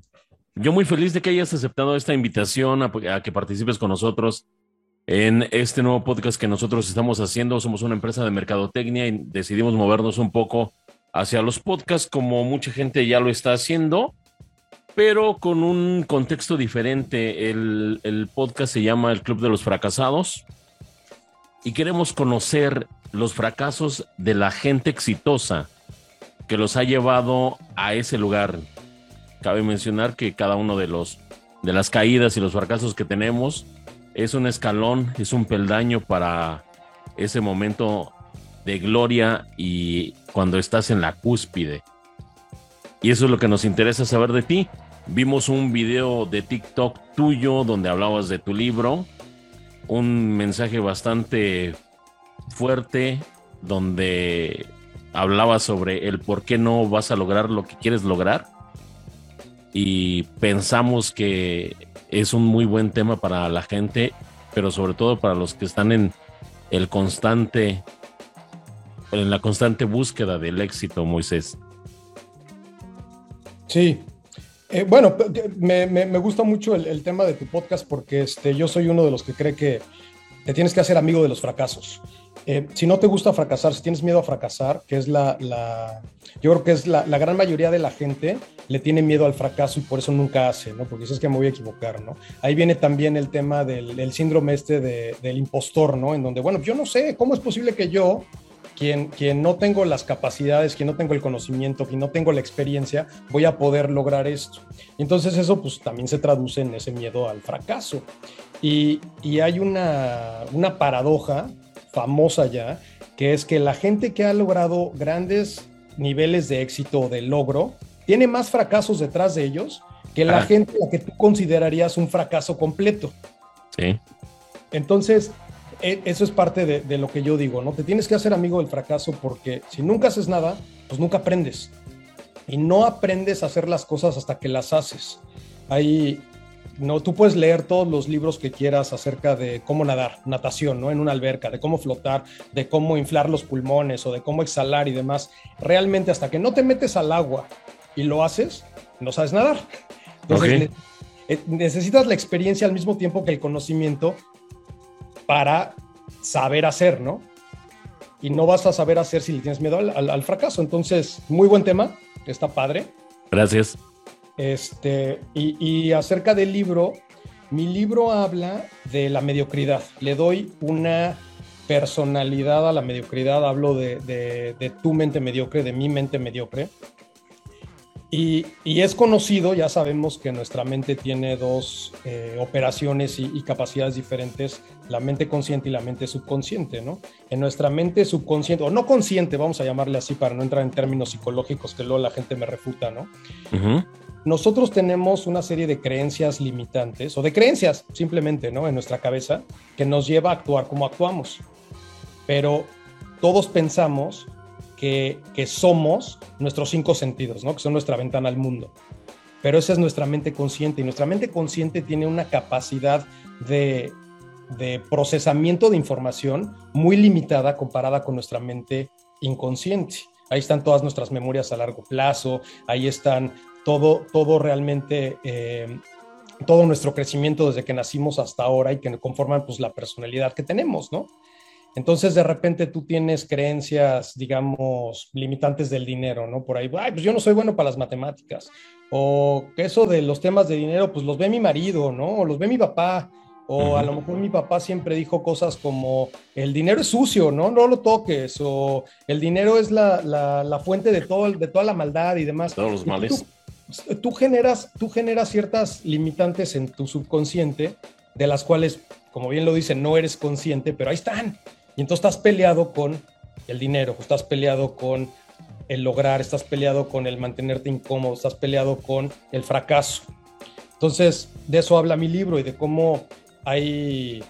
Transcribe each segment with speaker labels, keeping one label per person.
Speaker 1: Yo muy feliz de que hayas aceptado esta invitación a que participes con nosotros en este nuevo podcast que nosotros estamos haciendo. Somos una empresa de mercadotecnia y decidimos movernos un poco hacia los podcasts como mucha gente ya lo está haciendo, pero con un contexto diferente. El podcast se llama El Club de los Fracasados y queremos conocer los fracasos de la gente exitosa que los ha llevado a ese lugar. Cabe mencionar que cada uno de las caídas y los fracasos que tenemos es un escalón, es un peldaño para ese momento de gloria y cuando estás en la cúspide. Y eso es lo que nos interesa saber de ti. Vimos un video de TikTok tuyo donde hablabas de tu libro, un mensaje bastante fuerte donde hablabas sobre el por qué no vas a lograr lo que quieres lograr, y pensamos que es un muy buen tema para la gente, pero sobre todo para los que están el constante, en la constante búsqueda del éxito, Moisés.
Speaker 2: Sí, bueno, me gusta mucho el tema de tu podcast porque yo soy uno de los que cree que te tienes que hacer amigo de los fracasos. Si no te gusta fracasar, si tienes miedo a fracasar, que es yo creo que es la gran mayoría de la gente le tiene miedo al fracaso y por eso nunca hace, ¿no? Porque dices que me voy a equivocar, ¿no? Ahí viene también el tema del síndrome del impostor, ¿no? En donde, bueno, yo no sé, ¿cómo es posible que yo, quien no tengo las capacidades, quien no tengo el conocimiento, quien no tengo la experiencia, voy a poder lograr esto? Y entonces eso pues también se traduce en ese miedo al fracaso. Y hay una paradoja famosa ya, que es que la gente que ha logrado grandes niveles de éxito o de logro, tiene más fracasos detrás de ellos que la
Speaker 1: Ah,
Speaker 2: gente a la que tú considerarías un fracaso completo.
Speaker 1: sí,
Speaker 2: Entonces, eso es parte de lo que yo digo, ¿no? Te tienes que hacer amigo del fracaso porque si nunca haces nada, pues nunca aprendes. Y no aprendes a hacer las cosas hasta que las haces. Ahí, no, tú puedes leer todos los libros que quieras acerca de cómo nadar, natación, ¿no? En una alberca, de cómo flotar, de cómo inflar los pulmones o de cómo exhalar y demás. Realmente, hasta que no te metes al agua y lo haces, no sabes nadar. Entonces,
Speaker 1: ok,
Speaker 2: necesitas la experiencia al mismo tiempo que el conocimiento para saber hacer, ¿no? Y no vas a saber hacer si le tienes miedo al fracaso. Entonces, muy buen tema, está padre.
Speaker 1: gracias.
Speaker 2: Y acerca del libro, mi libro habla de la mediocridad. Le doy una personalidad a la mediocridad, hablo de tu mente mediocre, de mi mente mediocre. Y es conocido, ya sabemos que nuestra mente tiene dos operaciones y capacidades diferentes, la mente consciente y la mente subconsciente, ¿no? En nuestra mente subconsciente, o no consciente, vamos a llamarle así para no entrar en términos psicológicos que luego la gente me refuta, ¿no?
Speaker 1: Ujú.
Speaker 2: Nosotros tenemos una serie de creencias limitantes, o de creencias simplemente, ¿no? En nuestra cabeza, que nos lleva a actuar como actuamos. Pero todos pensamos que somos nuestros cinco sentidos, ¿no? Que son nuestra ventana al mundo. Pero esa es nuestra mente consciente y nuestra mente consciente tiene una capacidad de procesamiento de información muy limitada comparada con nuestra mente inconsciente. Ahí están todas nuestras memorias a largo plazo, ahí están todo realmente, todo nuestro crecimiento desde que nacimos hasta ahora y que conforman pues la personalidad que tenemos, ¿no? Entonces, de repente tú tienes creencias, digamos, limitantes del dinero, ¿no? Por ahí, ay, pues yo no soy bueno para las matemáticas. O que eso de los temas de dinero, pues los ve mi marido, ¿no? O los ve mi papá. O a
Speaker 1: Ujú.
Speaker 2: lo mejor mi papá siempre dijo cosas como, el dinero es sucio, ¿no? No lo toques. O el dinero es la fuente de toda la maldad y demás.
Speaker 1: Todos los
Speaker 2: Y
Speaker 1: males.
Speaker 2: tú generas ciertas limitantes en tu subconsciente, de las cuales, como bien lo dice, no eres consciente, pero ahí están. Y entonces estás peleado con el dinero, estás peleado con el lograr, estás peleado con el mantenerte incómodo, estás peleado con el fracaso. Entonces, de eso habla mi libro y de cómo hay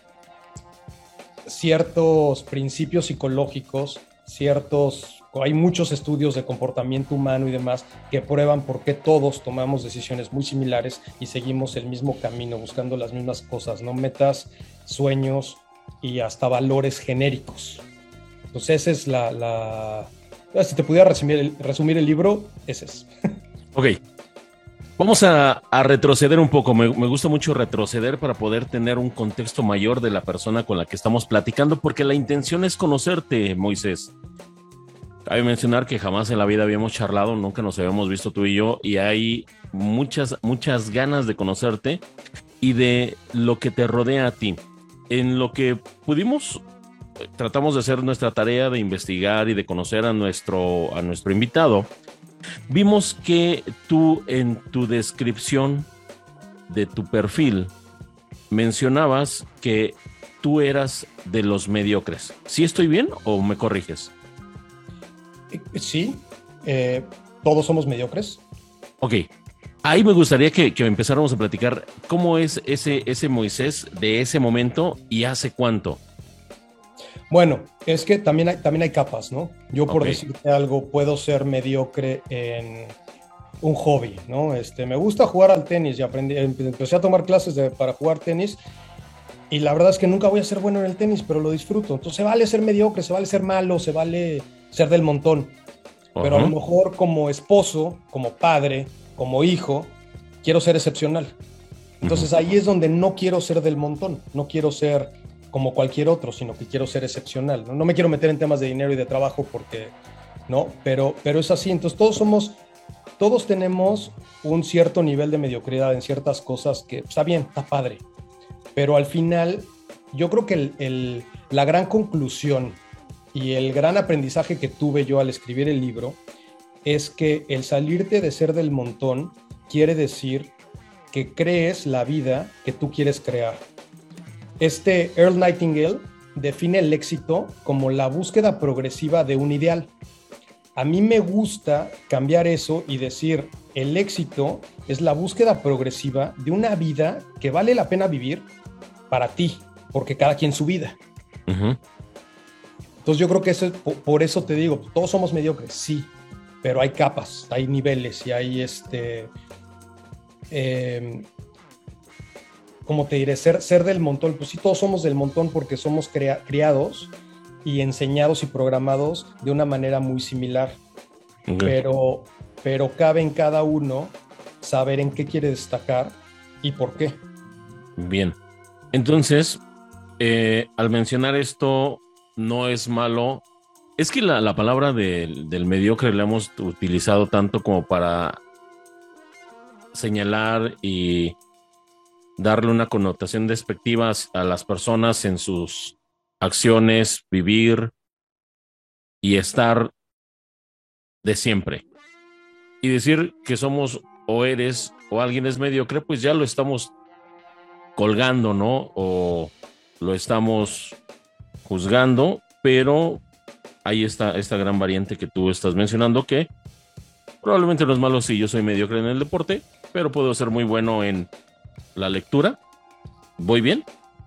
Speaker 2: ciertos principios psicológicos, hay muchos estudios de comportamiento humano y demás que prueban por qué todos tomamos decisiones muy similares y seguimos el mismo camino, buscando las mismas cosas, no metas, sueños y hasta valores genéricos. Entonces, esa es si te pudiera resumir el libro, ese es.
Speaker 1: Ok, Vamos a retroceder un poco. Me gusta mucho retroceder para poder tener un contexto mayor de la persona con la que estamos platicando, porque la intención es conocerte, Moisés. Cabe mencionar que jamás en la vida habíamos charlado, nunca nos habíamos visto tú y yo, y hay muchas ganas de conocerte y de lo que te rodea a ti. En lo que pudimos, tratamos de hacer nuestra tarea de investigar y de conocer a nuestro invitado. Vimos que tú en tu descripción de tu perfil mencionabas que tú eras de los mediocres. ¿Sí estoy bien o me corriges?
Speaker 2: Sí, todos somos mediocres.
Speaker 1: Ok, ahí me gustaría que empezáramos a platicar cómo es ese Moisés de ese momento y hace cuánto.
Speaker 2: Bueno, es que también hay capas, ¿no? Yo, por
Speaker 1: Okay.
Speaker 2: decirte algo, puedo ser mediocre en un hobby, ¿no? Me gusta jugar al tenis y empecé a tomar clases para jugar tenis y la verdad es que nunca voy a ser bueno en el tenis, pero lo disfruto. Entonces se vale ser mediocre, se vale ser malo, se vale ser del montón. Pero a lo mejor como esposo, como padre, como hijo, quiero ser excepcional. Entonces ahí es donde no quiero ser del montón, no quiero ser como cualquier otro, sino que quiero ser excepcional. No me quiero meter en temas de dinero y de trabajo porque, ¿no? Pero es así. Entonces todos tenemos un cierto nivel de mediocridad en ciertas cosas que está bien, está padre. Pero al final, yo creo que la gran conclusión y el gran aprendizaje que tuve yo al escribir el libro es que el salirte de ser del montón quiere decir que crees la vida que tú quieres crear. Earl Nightingale define el éxito como la búsqueda progresiva de un ideal. A mí me gusta cambiar eso y decir, el éxito es la búsqueda progresiva de una vida que vale la pena vivir para ti, porque cada quien su vida. Entonces yo creo que por eso te digo, todos somos mediocres, sí, pero hay capas, hay niveles y hay ¿cómo te diré? Ser del montón. Pues sí, todos somos del montón porque somos criados y enseñados y programados de una manera muy similar. Okay. Pero cabe en cada uno saber en qué quiere destacar y por qué.
Speaker 1: Bien. Entonces, al mencionar esto, no es malo. Es que la palabra del mediocre la hemos utilizado tanto como para señalar y darle una connotación despectiva a las personas en sus acciones, vivir y estar de siempre. Y decir que somos o eres o alguien es mediocre, pues ya lo estamos colgando, ¿no? O lo estamos juzgando, pero ahí está esta gran variante que tú estás mencionando, que probablemente no es malo si yo soy mediocre en el deporte, pero puedo ser muy bueno en la lectura. ¿Voy bien?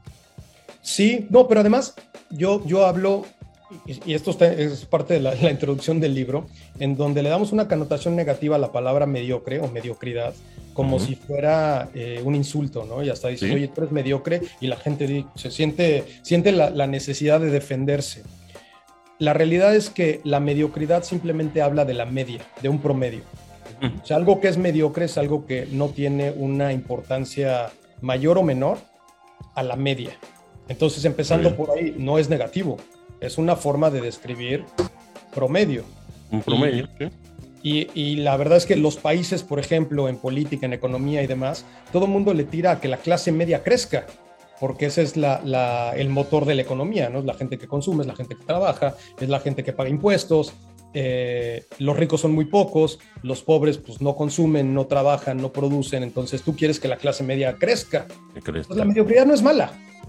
Speaker 2: Sí, no, pero además yo hablo, y esto es parte de la introducción del libro, en donde le damos una connotación negativa a la palabra mediocre o mediocridad, como si fuera un insulto, ¿no? Y hasta dices, oye, tú eres mediocre, y la gente siente la necesidad de defenderse. La realidad es que la mediocridad simplemente habla de la media, de un promedio. O sea, algo que es mediocre es algo que no tiene una importancia mayor o menor a la media. Entonces, empezando por ahí, no es negativo, es una forma de describir promedio.
Speaker 1: Un promedio, sí.
Speaker 2: Y la verdad es que los países, por ejemplo, en política, en economía y demás, todo el mundo le tira a que la clase media crezca, porque ese es el motor de la economía, ¿no? Es la gente que consume, es la gente que trabaja, es la gente que paga impuestos. Los ricos son muy pocos, los pobres pues no consumen, no trabajan, no producen, entonces tú quieres que la clase media crezca. Entonces, la mediocridad no es mala,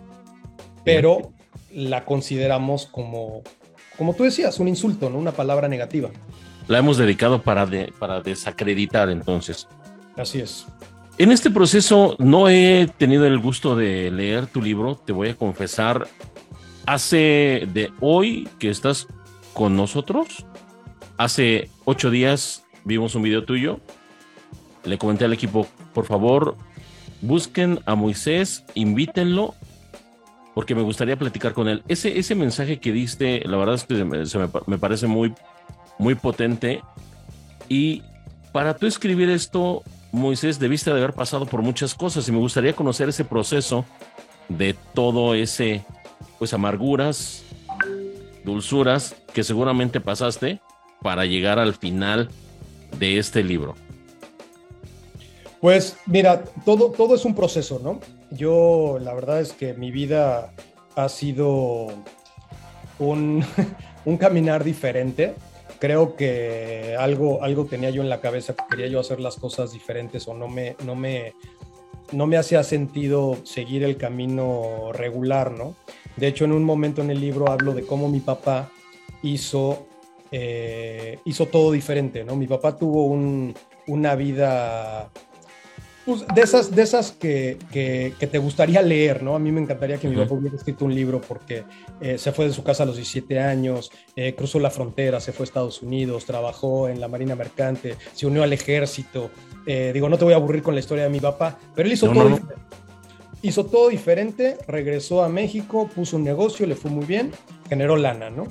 Speaker 2: pero la consideramos como tú decías, un insulto, ¿no? Una palabra negativa.
Speaker 1: La hemos dedicado para desacreditar, entonces.
Speaker 2: Así es.
Speaker 1: En este proceso no he tenido el gusto de leer tu libro, te voy a confesar. Hace de hoy que estás con nosotros, hace 8 días vimos un video tuyo. Le comenté al equipo, por favor, busquen a Moisés, invítenlo, porque me gustaría platicar con él. Ese mensaje que diste, la verdad es que me parece muy, muy potente. Y para tú escribir esto, Moisés, debiste de haber pasado por muchas cosas y me gustaría conocer ese proceso de todo ese, pues, amarguras, dulzuras que seguramente pasaste para llegar al final de este libro.
Speaker 2: Pues mira, todo es un proceso, ¿no? Yo, la verdad es que mi vida ha sido un, un caminar diferente. Creo que algo tenía yo en la cabeza, que quería yo hacer las cosas diferentes, o no me hacía sentido seguir el camino regular, ¿no? De hecho, en un momento en el libro hablo de cómo mi papá hizo todo diferente, ¿no? Mi papá tuvo una vida, pues, de esas que te gustaría leer, ¿no? A mí me encantaría que mi papá hubiera escrito un libro, porque se fue de su casa a los 17 años, cruzó la frontera, se fue a Estados Unidos, trabajó en la Marina Mercante, se unió al ejército. No te voy a aburrir con la historia de mi papá, pero él hizo todo diferente. Hizo todo diferente, regresó a México, puso un negocio, le fue muy bien, generó lana, ¿no?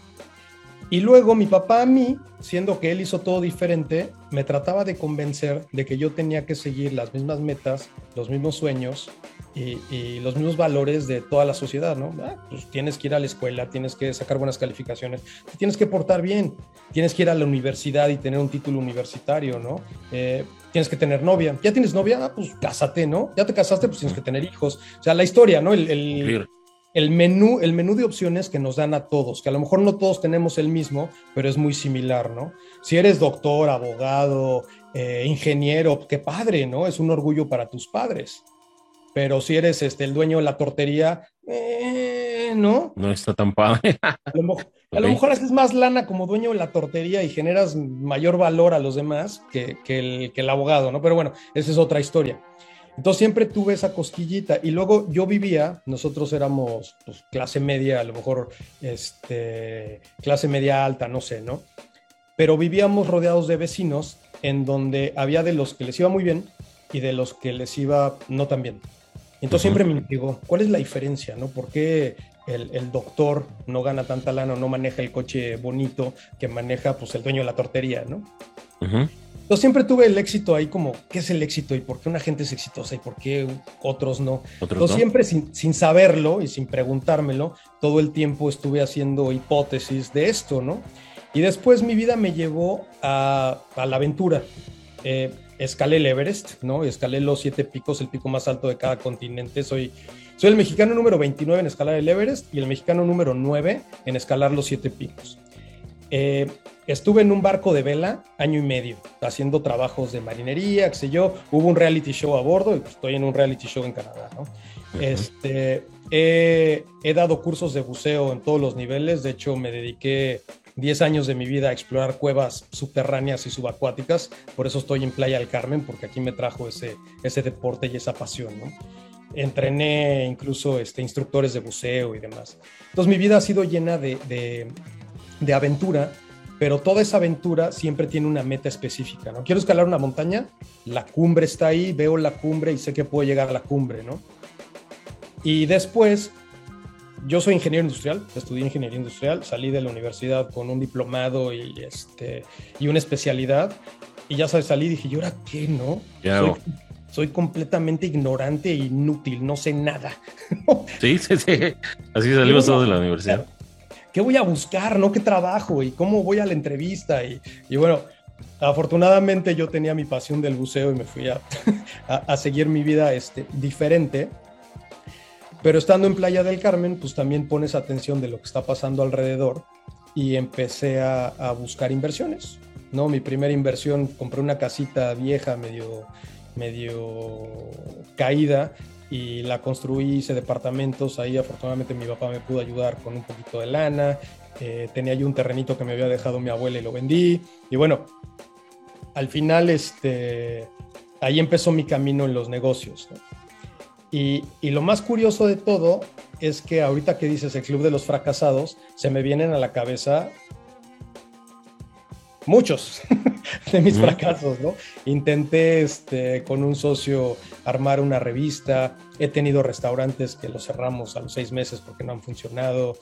Speaker 2: Y luego mi papá a mí, siendo que él hizo todo diferente, me trataba de convencer de que yo tenía que seguir las mismas metas, los mismos sueños y los mismos valores de toda la sociedad, ¿no? Pues tienes que ir a la escuela, tienes que sacar buenas calificaciones, te tienes que portar bien, tienes que ir a la universidad y tener un título universitario, ¿no? Tienes que tener novia. ¿Ya tienes novia? Pues cásate, ¿no? Ya te casaste, pues tienes que tener hijos. O sea, la historia, ¿no? El menú de opciones que nos dan a todos, que a lo mejor no todos tenemos el mismo, pero es muy similar, ¿no? Si eres doctor, abogado, ingeniero, qué padre, ¿no? Es un orgullo para tus padres. Pero si eres el dueño de la tortería, ¿no?
Speaker 1: No está tan padre.
Speaker 2: A lo mejor haces más lana como dueño de la tortería y generas mayor valor a los demás que el abogado, ¿no? Pero bueno, esa es otra historia. Entonces siempre tuve esa cosquillita, y luego yo vivía, nosotros éramos, pues, clase media, a lo mejor clase media alta, no sé, ¿no? Pero vivíamos rodeados de vecinos en donde había de los que les iba muy bien y de los que les iba no tan bien. Entonces siempre me intrigó, ¿cuál es la diferencia, no? ¿Por qué el doctor no gana tanta lana o no maneja el coche bonito que maneja, pues, el dueño de la tortería, ¿no? Yo siempre tuve el éxito ahí, como, ¿qué es el éxito? ¿Y por qué una gente es exitosa? ¿Y por qué otros no? Entonces, siempre sin saberlo y sin preguntármelo, todo el tiempo estuve haciendo hipótesis de esto, ¿no? Y después mi vida me llevó a la aventura. Escalé el Everest, ¿no? Escalé los 7 picos, el pico más alto de cada continente. Soy el mexicano número 29 en escalar el Everest y el mexicano número 9 en escalar los 7 picos. Estuve en un barco de vela año y medio, haciendo trabajos de marinería, qué sé yo. Hubo un reality show a bordo y pues estoy en un reality show en Canadá, ¿no? He dado cursos de buceo en todos los niveles. De hecho, me dediqué 10 años de mi vida a explorar cuevas subterráneas y subacuáticas. Por eso estoy en Playa del Carmen, porque aquí me trajo ese deporte y esa pasión, ¿no? Entrené incluso instructores de buceo y demás. Entonces mi vida ha sido llena de aventura, pero toda esa aventura siempre tiene una meta específica, ¿no? Quiero escalar una montaña, la cumbre está ahí, veo la cumbre y sé que puedo llegar a la cumbre, ¿no? Y después, yo soy ingeniero industrial, estudié ingeniería industrial, salí de la universidad con un diplomado y una especialidad, y ya sabes, salí y dije, ¿y ahora qué, no? Soy completamente ignorante e inútil, no sé nada.
Speaker 1: Sí. Así salimos todos de la universidad.
Speaker 2: ¿Qué voy a buscar, no? ¿Qué trabajo? ¿Y cómo voy a la entrevista? Y bueno, afortunadamente yo tenía mi pasión del buceo y me fui a seguir mi vida diferente. Pero estando en Playa del Carmen, pues también pones atención de lo que está pasando alrededor, y empecé a buscar inversiones, ¿no? Mi primera inversión, compré una casita vieja, medio caída, y la construí, hice departamentos. Ahí afortunadamente mi papá me pudo ayudar con un poquito de lana. Tenía yo un terrenito que me había dejado mi abuela y lo vendí. Y bueno, al final ahí empezó mi camino en los negocios, ¿no? Y lo más curioso de todo es que ahorita que dices el Club de los Fracasados, se me vienen a la cabeza muchos de mis fracasos, ¿no? Intenté con un socio armar una revista. He tenido restaurantes que los cerramos a los 6 meses porque no han funcionado.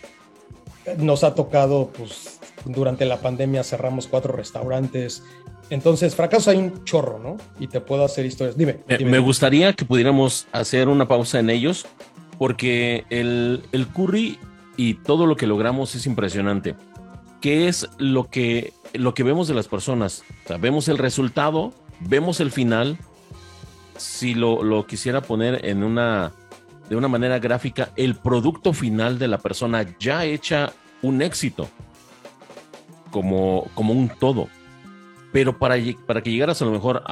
Speaker 2: Nos ha tocado, pues, durante la pandemia cerramos 4 restaurantes. Entonces, fracasos hay un chorro, ¿no? Y te puedo hacer historias. Dime.
Speaker 1: Me gustaría que pudiéramos hacer una pausa en ellos, porque el Curry y todo lo que logramos es impresionante. ¿Qué es lo que vemos de las personas? O sea, vemos el resultado, vemos el final. Si lo quisiera poner de una manera gráfica, el producto final de la persona ya hecha un éxito, como un todo. Pero para que llegaras a lo mejor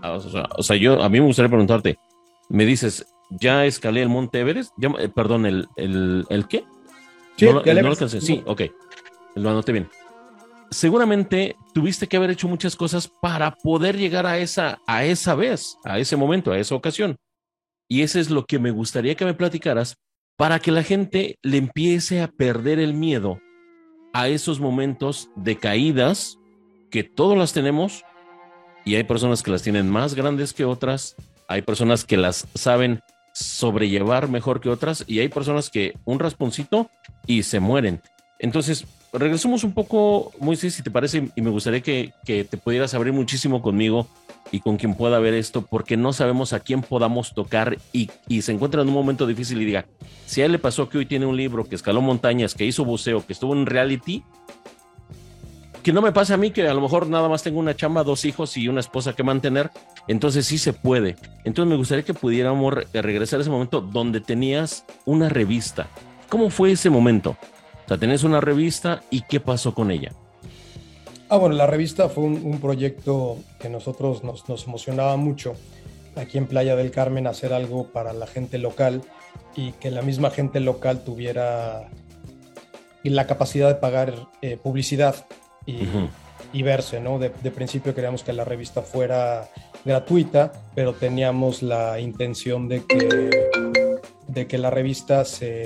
Speaker 1: a mí me gustaría preguntarte, me dices, ¿ya escalé el Monte Everest? Perdón, ¿el qué?
Speaker 2: Sí,
Speaker 1: no
Speaker 2: ya
Speaker 1: lo alcancé. Sí, ok, lo anoté bien. Seguramente tuviste que haber hecho muchas cosas para poder llegar a esa vez, a ese momento, a esa ocasión. Y eso es lo que me gustaría que me platicaras, para que la gente le empiece a perder el miedo a esos momentos de caídas, que todos las tenemos, y hay personas que las tienen más grandes que otras, hay personas que las saben sobrellevar mejor que otras, y hay personas que un rasponcito y se mueren. Entonces, regresemos un poco, Moisés, si te parece, y me gustaría que te pudieras abrir muchísimo conmigo y con quien pueda ver esto, porque no sabemos a quién podamos tocar, y se encuentra en un momento difícil y diga, si a él le pasó que hoy tiene un libro, que escaló montañas, que hizo buceo, que estuvo en reality, que no me pase a mí, que a lo mejor nada más tengo una chamba, 2 hijos y una esposa que mantener. Entonces sí se puede. Entonces me gustaría que pudiéramos regresar a ese momento donde tenías una revista. ¿Cómo fue ese momento? O sea, tenés una revista, y ¿qué pasó con ella?
Speaker 2: Bueno, la revista fue un proyecto que nosotros nos emocionaba mucho aquí en Playa del Carmen, hacer algo para la gente local y que la misma gente local tuviera la capacidad de pagar publicidad
Speaker 1: Uh-huh.
Speaker 2: y verse, ¿no? De principio queríamos que la revista fuera gratuita, pero teníamos la intención de que la revista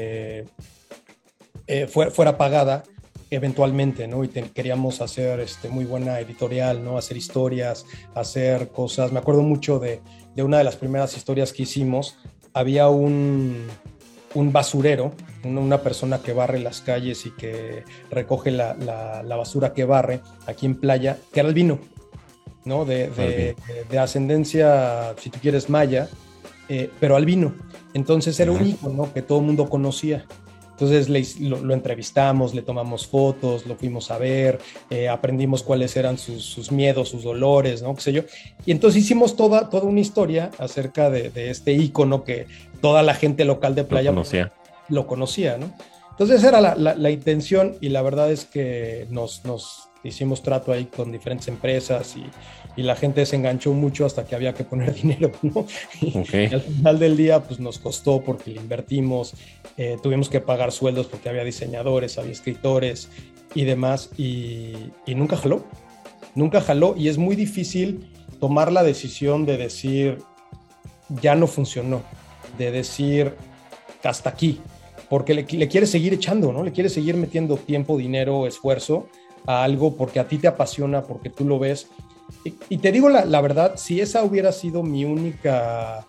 Speaker 2: fuera pagada eventualmente, ¿no? Y queríamos hacer muy buena editorial, ¿no? Hacer historias, hacer cosas. Me acuerdo mucho de una de las primeras historias que hicimos. Había un basurero, una persona que barre las calles y que recoge la basura que barre aquí en Playa, que era albino, ¿no? De ascendencia, si tú quieres, maya, pero albino. Entonces era un ícono que todo el mundo conocía. Entonces lo entrevistamos, le tomamos fotos, lo fuimos a ver, aprendimos cuáles eran sus miedos, sus dolores, ¿no? Qué sé yo. Y entonces hicimos toda una historia acerca de este ícono que toda la gente local de Playa lo conocía, ¿no? Entonces esa era la intención, y la verdad es que nos hicimos trato ahí con diferentes empresas y la gente se enganchó mucho hasta que había que poner dinero, ¿no? Y al final del día pues nos costó porque le invertimos, tuvimos que pagar sueldos porque había diseñadores, había escritores y demás, y nunca jaló, y es muy difícil tomar la decisión de decir ya no funcionó, de decir hasta aquí, porque le quieres seguir echando, ¿no? Le quieres seguir metiendo tiempo, dinero, esfuerzo a algo porque a ti te apasiona, porque tú lo ves. Y te digo la verdad, si esa hubiera sido mi única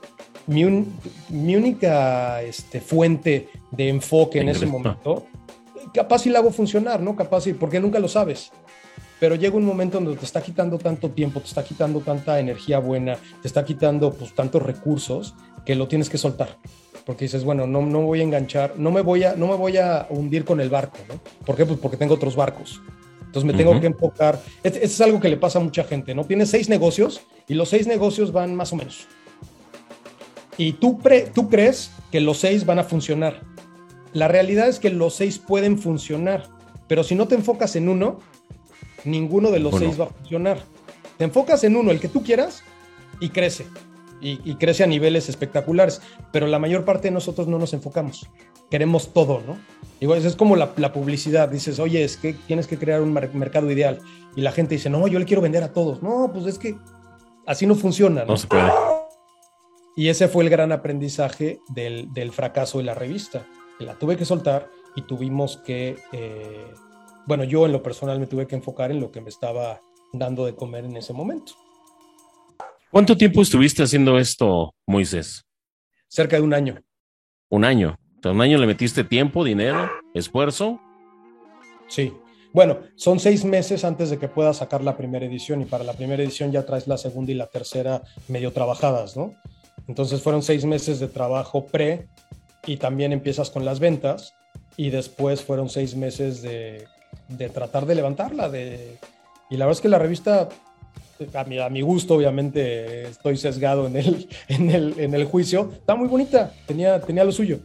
Speaker 2: fuente de enfoque en ese momento, capaz si la hago funcionar, ¿no? Capaz sí, porque nunca lo sabes. Pero llega un momento donde te está quitando tanto tiempo, te está quitando tanta energía buena, te está quitando pues tantos recursos, que lo tienes que soltar. Porque dices, bueno, no voy a enganchar, no me voy a hundir con el barco, ¿no? ¿Por qué? Pues porque tengo otros barcos. Entonces me tengo que enfocar. Es algo que le pasa a mucha gente, ¿no? Tienes 6 negocios y los 6 negocios van más o menos. Y tú crees que los 6 van a funcionar. La realidad es que los 6 pueden funcionar, pero si no te enfocas en uno, ninguno de los 6 va a funcionar. Te enfocas en uno, el que tú quieras, y crece. Y crece a niveles espectaculares, pero la mayor parte de nosotros no nos enfocamos. Queremos todo, ¿no? Igual es como la publicidad. Dices, oye, es que tienes que crear un mercado ideal. Y la gente dice, no, yo le quiero vender a todos. No, pues es que así no funciona, ¿no?
Speaker 1: No se puede.
Speaker 2: Y ese fue el gran aprendizaje del fracaso de la revista. Que la tuve que soltar y tuvimos que... bueno, yo en lo personal me tuve que enfocar en lo que me estaba dando de comer en ese momento.
Speaker 1: ¿Cuánto tiempo estuviste haciendo esto, Moisés?
Speaker 2: Cerca de un año.
Speaker 1: Un año. O sea, un año le metiste tiempo, dinero, esfuerzo.
Speaker 2: Sí. Bueno, son 6 meses antes de que puedas sacar la primera edición, y para la primera edición ya traes la segunda y la tercera medio trabajadas, ¿no? Entonces fueron 6 meses de trabajo pre, y también empiezas con las ventas, y después fueron 6 meses de tratar de levantarla. Y la verdad es que la revista, a mi gusto, obviamente estoy sesgado en el juicio, está muy bonita, tenía lo suyo.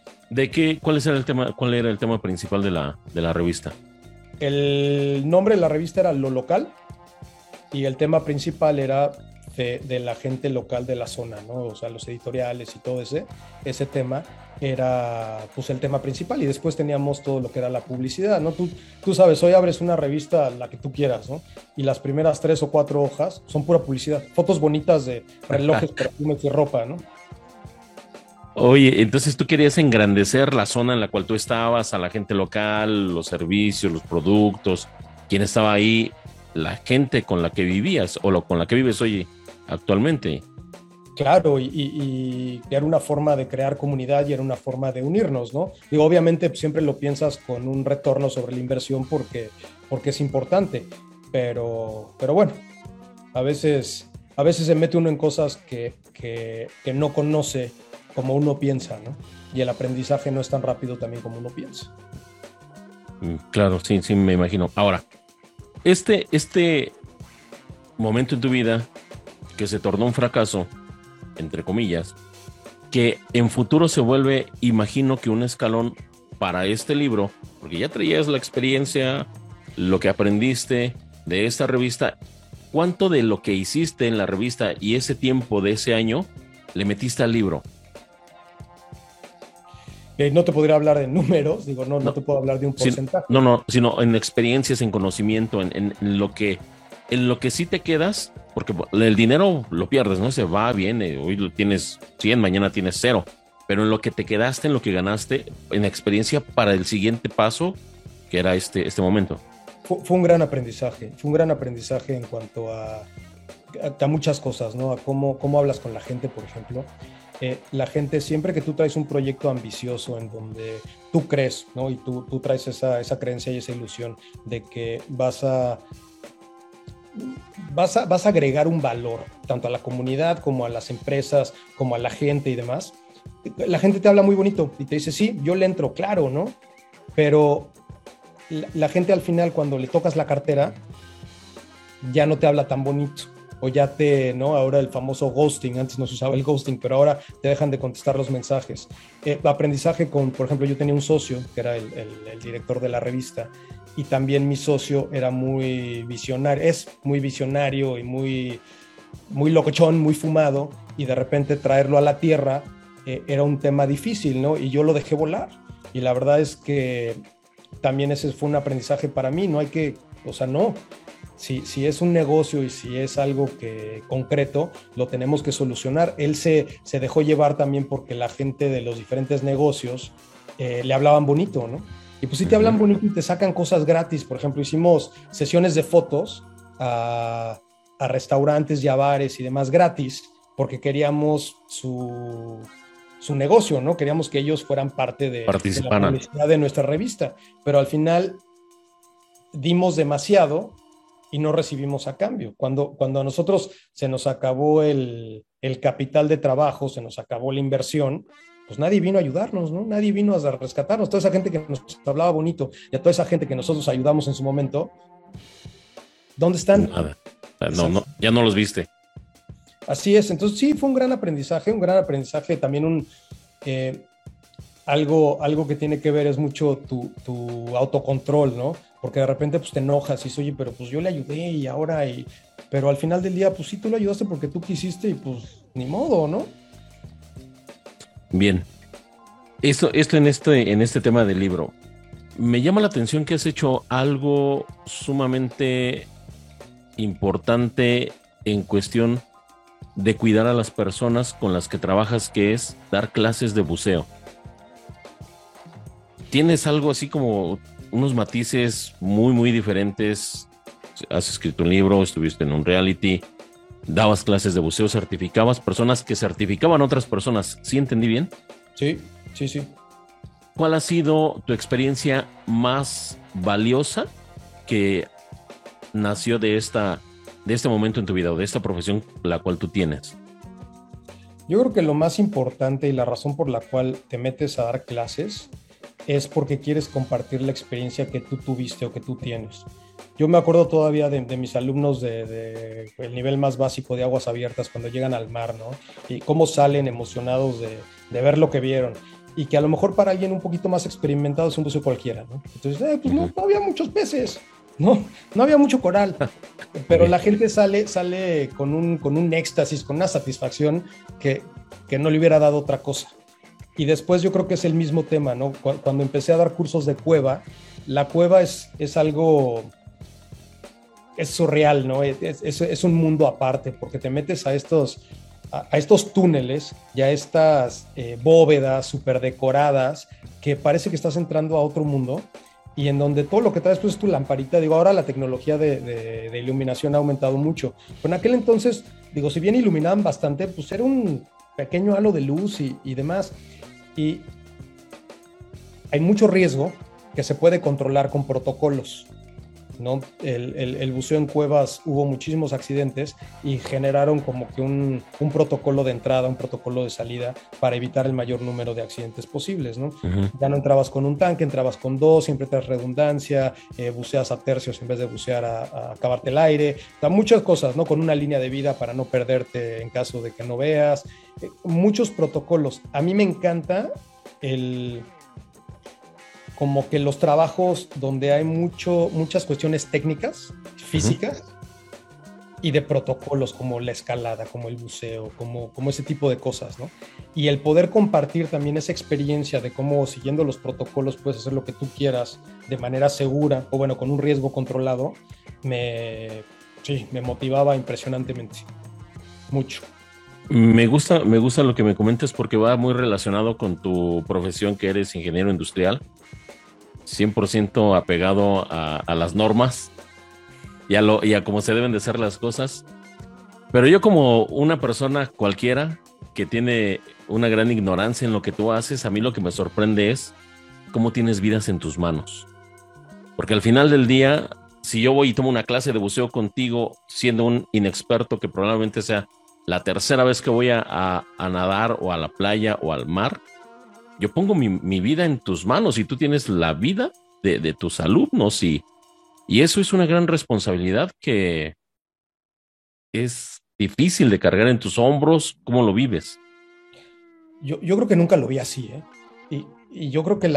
Speaker 1: ¿Cuál era el tema principal de la revista?
Speaker 2: El nombre de la revista era Lo Local, y el tema principal era de la gente local de la zona, ¿no? O sea, los editoriales y todo ese tema era pues el tema principal, y después teníamos todo lo que era la publicidad, ¿no? Tú sabes, hoy abres una revista, la que tú quieras, ¿no? Y las primeras 3 o 4 hojas son pura publicidad, fotos bonitas de relojes, perfumes y ropa, ¿no?
Speaker 1: Oye, entonces tú querías engrandecer la zona en la cual tú estabas, a la gente local, los servicios, los productos, quién estaba ahí, la gente con la que vivías con la que vives hoy actualmente.
Speaker 2: Claro, y era una forma de crear comunidad y era una forma de unirnos, ¿no? Digo, obviamente siempre lo piensas con un retorno sobre la inversión porque es importante, pero bueno, a veces se mete uno en cosas que no conoce como uno piensa, ¿no? Y el aprendizaje no es tan rápido también como uno piensa.
Speaker 1: Claro, sí, sí, me imagino. Ahora, este momento en tu vida que se tornó un fracaso, entre comillas, que en futuro se vuelve, imagino que un escalón para este libro, porque ya traías la experiencia, lo que aprendiste de esta revista. ¿Cuánto de lo que hiciste en la revista y ese tiempo de ese año le metiste al libro?
Speaker 2: No te podría hablar de números, digo, no te puedo hablar de un porcentaje.
Speaker 1: Sino en experiencias, en conocimiento, en lo que sí te quedas, porque el dinero lo pierdes, ¿no? Se va, viene, hoy tienes 100, mañana tienes 0, pero en lo que te quedaste, en lo que ganaste, en experiencia para el siguiente paso, que era este momento.
Speaker 2: Fue un gran aprendizaje, en cuanto a muchas cosas, ¿no? A cómo hablas con la gente, por ejemplo. La gente, siempre que tú traes un proyecto ambicioso en donde tú crees, ¿no? Y tú traes esa creencia y esa ilusión de que vas a agregar un valor, tanto a la comunidad como a las empresas, como a la gente y demás. La gente te habla muy bonito y te dice, sí, yo le entro, claro, ¿no? Pero la gente al final, cuando le tocas la cartera, ya no te habla tan bonito. O ya ¿no? Ahora el famoso ghosting, antes no se usaba el ghosting, pero ahora te dejan de contestar los mensajes. Aprendizaje por ejemplo, yo tenía un socio que era el director de la revista, y también mi socio era muy visionario, es muy visionario y muy, muy locochón, muy fumado, y de repente traerlo a la tierra era un tema difícil, ¿no? Y yo lo dejé volar, y la verdad es que también ese fue un aprendizaje para mí. No hay que, o sea, no. Si es un negocio y si es algo concreto, lo tenemos que solucionar. Él se dejó llevar también porque la gente de los diferentes negocios le hablaban bonito, ¿no? Y pues si te hablan bonito y te sacan cosas gratis. Por ejemplo, hicimos sesiones de fotos a restaurantes y a bares y demás gratis porque queríamos su negocio, ¿no? Queríamos que ellos fueran parte de la publicidad de nuestra revista. Pero al final dimos demasiado y no recibimos a cambio. Cuando a nosotros se nos acabó el capital de trabajo, se nos acabó la inversión, pues nadie vino a ayudarnos, ¿no? Nadie vino a rescatarnos. Toda esa gente que nos hablaba bonito y a toda esa gente que nosotros ayudamos en su momento, ¿dónde están?
Speaker 1: Nada. No, ya no los viste.
Speaker 2: Así es. Entonces sí, fue un gran aprendizaje, también algo que tiene que ver es mucho tu autocontrol, ¿no? Porque de repente pues te enojas y dices, oye, pero pues yo le ayudé y ahora, pero al final del día, pues sí, tú lo ayudaste porque tú quisiste y pues ni modo, ¿no?
Speaker 1: Bien. Esto en este tema del libro, me llama la atención que has hecho algo sumamente importante en cuestión de cuidar a las personas con las que trabajas, que es dar clases de buceo. Tienes algo así como unos matices muy, muy diferentes. Has escrito un libro, estuviste en un reality, dabas clases de buceo, certificabas personas que certificaban a otras personas. ¿Sí entendí bien?
Speaker 2: Sí.
Speaker 1: ¿Cuál ha sido tu experiencia más valiosa que nació de este momento en tu vida o de esta profesión la cual tú tienes?
Speaker 2: Yo creo que lo más importante y la razón por la cual te metes a dar clases es porque quieres compartir la experiencia que tú tuviste o que tú tienes. Yo me acuerdo todavía de mis alumnos de el nivel más básico de aguas abiertas cuando llegan al mar, ¿no? Y cómo salen emocionados de ver lo que vieron. Y que a lo mejor para alguien un poquito más experimentado es un buceo cualquiera, ¿no? Entonces, pues no había muchos peces, no había mucho coral, pero la gente sale con un éxtasis, con una satisfacción que no le hubiera dado otra cosa. Y después yo creo que es el mismo tema, ¿no? Cuando empecé a dar cursos de cueva, la cueva es algo, es surreal, ¿no? Es un mundo aparte, porque te metes a estos túneles y a estas bóvedas súper decoradas que parece que estás entrando a otro mundo y en donde todo lo que traes pues, es tu lamparita. Digo, ahora la tecnología de iluminación ha aumentado mucho. Pero en aquel entonces, digo, si bien iluminaban bastante, pues era un pequeño halo de luz y demás. Y hay mucho riesgo que se puede controlar con protocolos, ¿no? El buceo en cuevas, hubo muchísimos accidentes y generaron como que un protocolo de entrada, un protocolo de salida para evitar el mayor número de accidentes posibles, ¿no? Ya no entrabas con un tanque, entrabas con dos, siempre te das redundancia, buceas a tercios en vez de bucear a acabarte el aire, o sea, muchas cosas, ¿no? Con una línea de vida para no perderte en caso de que no veas, muchos protocolos. A mí me encanta como que los trabajos donde hay muchas cuestiones técnicas, físicas, y de protocolos como la escalada, como el buceo, como ese tipo de cosas, ¿no? Y el poder compartir también esa experiencia de cómo siguiendo los protocolos puedes hacer lo que tú quieras de manera segura, o bueno, con un riesgo controlado, me motivaba impresionantemente, mucho.
Speaker 1: Me gusta lo que me comentas porque va muy relacionado con tu profesión, que eres ingeniero industrial. 100% apegado a las normas y a cómo se deben de hacer las cosas. Pero yo, como una persona cualquiera que tiene una gran ignorancia en lo que tú haces, a mí lo que me sorprende es cómo tienes vidas en tus manos. Porque al final del día, si yo voy y tomo una clase de buceo contigo, siendo un inexperto, que probablemente sea la tercera vez que voy a nadar o a la playa o al mar, yo pongo mi vida en tus manos y tú tienes la vida de tus alumnos y eso es una gran responsabilidad que es difícil de cargar en tus hombros. ¿Cómo lo vives?
Speaker 2: Yo creo que nunca lo vi así, ¿eh? Y yo creo que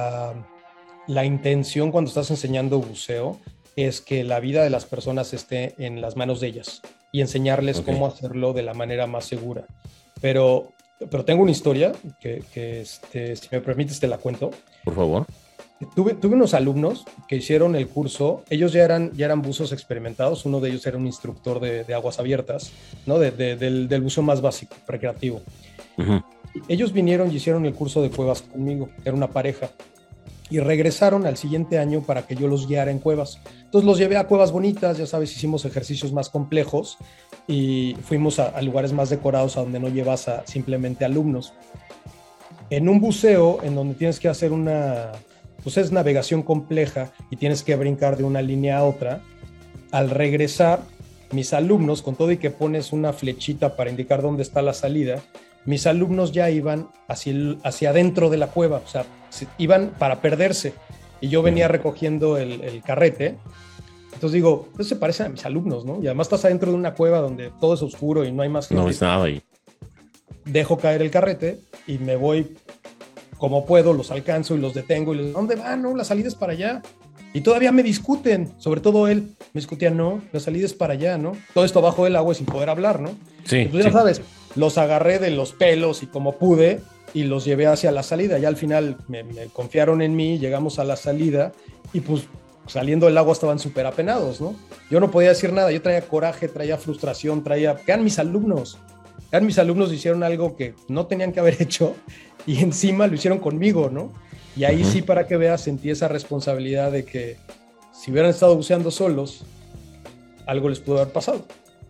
Speaker 2: la intención cuando estás enseñando buceo es que la vida de las personas esté en las manos de ellas y enseñarles cómo hacerlo de la manera más segura. Pero tengo una historia que si me permites te la cuento.
Speaker 1: Por favor.
Speaker 2: Tuve unos alumnos que hicieron el curso, ellos ya eran buzos experimentados, uno de ellos era un instructor de aguas abiertas, ¿no? Del buceo más básico, recreativo. Ellos vinieron y hicieron el curso de cuevas conmigo, era una pareja, y regresaron al siguiente año para que yo los guiara en cuevas. Entonces los llevé a cuevas bonitas, ya sabes, hicimos ejercicios más complejos y fuimos a lugares más decorados a donde no llevas a simplemente alumnos. En un buceo en donde tienes que hacer pues es navegación compleja y tienes que brincar de una línea a otra, al regresar, mis alumnos, con todo y que pones una flechita para indicar dónde está la salida, mis alumnos ya iban hacia adentro de la cueva, o sea, iban para perderse. Y yo venía recogiendo el carrete. Entonces digo, eso se parece a mis alumnos, ¿no? Y además estás adentro de una cueva donde todo es oscuro y no hay más gente.
Speaker 1: No es nada ahí.
Speaker 2: Dejo caer el carrete y me voy como puedo, los alcanzo y los detengo y les digo, ¿dónde van? No, la salida es para allá. Y todavía me discuten, sobre todo él. Me discutía, no, la salida es para allá, ¿no? Todo esto bajo del agua sin poder hablar, ¿no?
Speaker 1: Sí.
Speaker 2: Entonces, ya sabes, los agarré de los pelos y como pude y los llevé hacia la salida. Ya al final me confiaron en mí, llegamos a la salida y pues saliendo del agua estaban súper apenados, ¿no? Yo no podía decir nada, yo traía coraje, traía frustración, eran mis alumnos. Hicieron algo que no tenían que haber hecho y encima lo hicieron conmigo, ¿no? Y ahí sí, para que veas, sentí esa responsabilidad de que si hubieran estado buceando solos, algo les pudo haber pasado.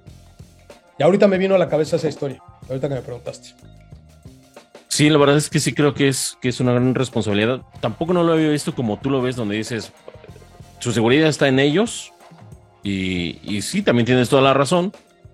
Speaker 2: Y ahorita me vino a la cabeza esa historia, ahorita que me preguntaste.
Speaker 1: Sí, la verdad es que sí creo que es una gran responsabilidad. Tampoco no lo había visto como tú lo ves, donde dices, su seguridad está en ellos y sí, también tienes toda la razón.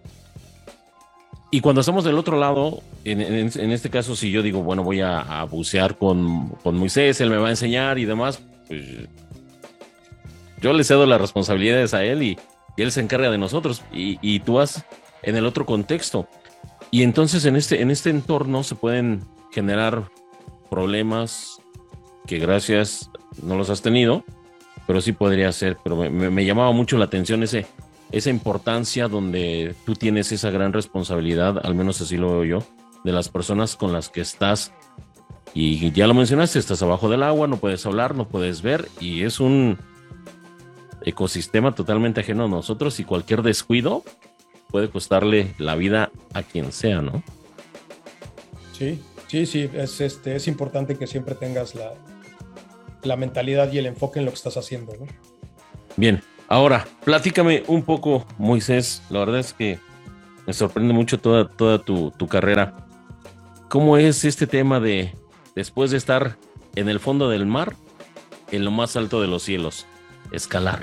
Speaker 1: Y cuando estamos del otro lado, en este caso, si yo digo, bueno, voy a bucear con Moisés, él me va a enseñar y demás, pues yo le cedo las responsabilidades a él y él se encarga de nosotros y tú vas en el otro contexto. Y entonces en este entorno se pueden generar problemas que gracias no los has tenido, pero sí podría ser. Pero me llamaba mucho la atención esa importancia donde tú tienes esa gran responsabilidad, al menos así lo veo yo, de las personas con las que estás. Y ya lo mencionaste, estás abajo del agua, no puedes hablar, no puedes ver, y es un ecosistema totalmente ajeno a nosotros y cualquier descuido puede costarle la vida a quien sea, ¿no?
Speaker 2: Sí, es importante que siempre tengas la mentalidad y el enfoque en lo que estás haciendo, ¿no?
Speaker 1: Bien, ahora, platícame un poco, Moisés, la verdad es que me sorprende mucho toda tu carrera. ¿Cómo es este tema de, después de estar en el fondo del mar, en lo más alto de los cielos, escalar?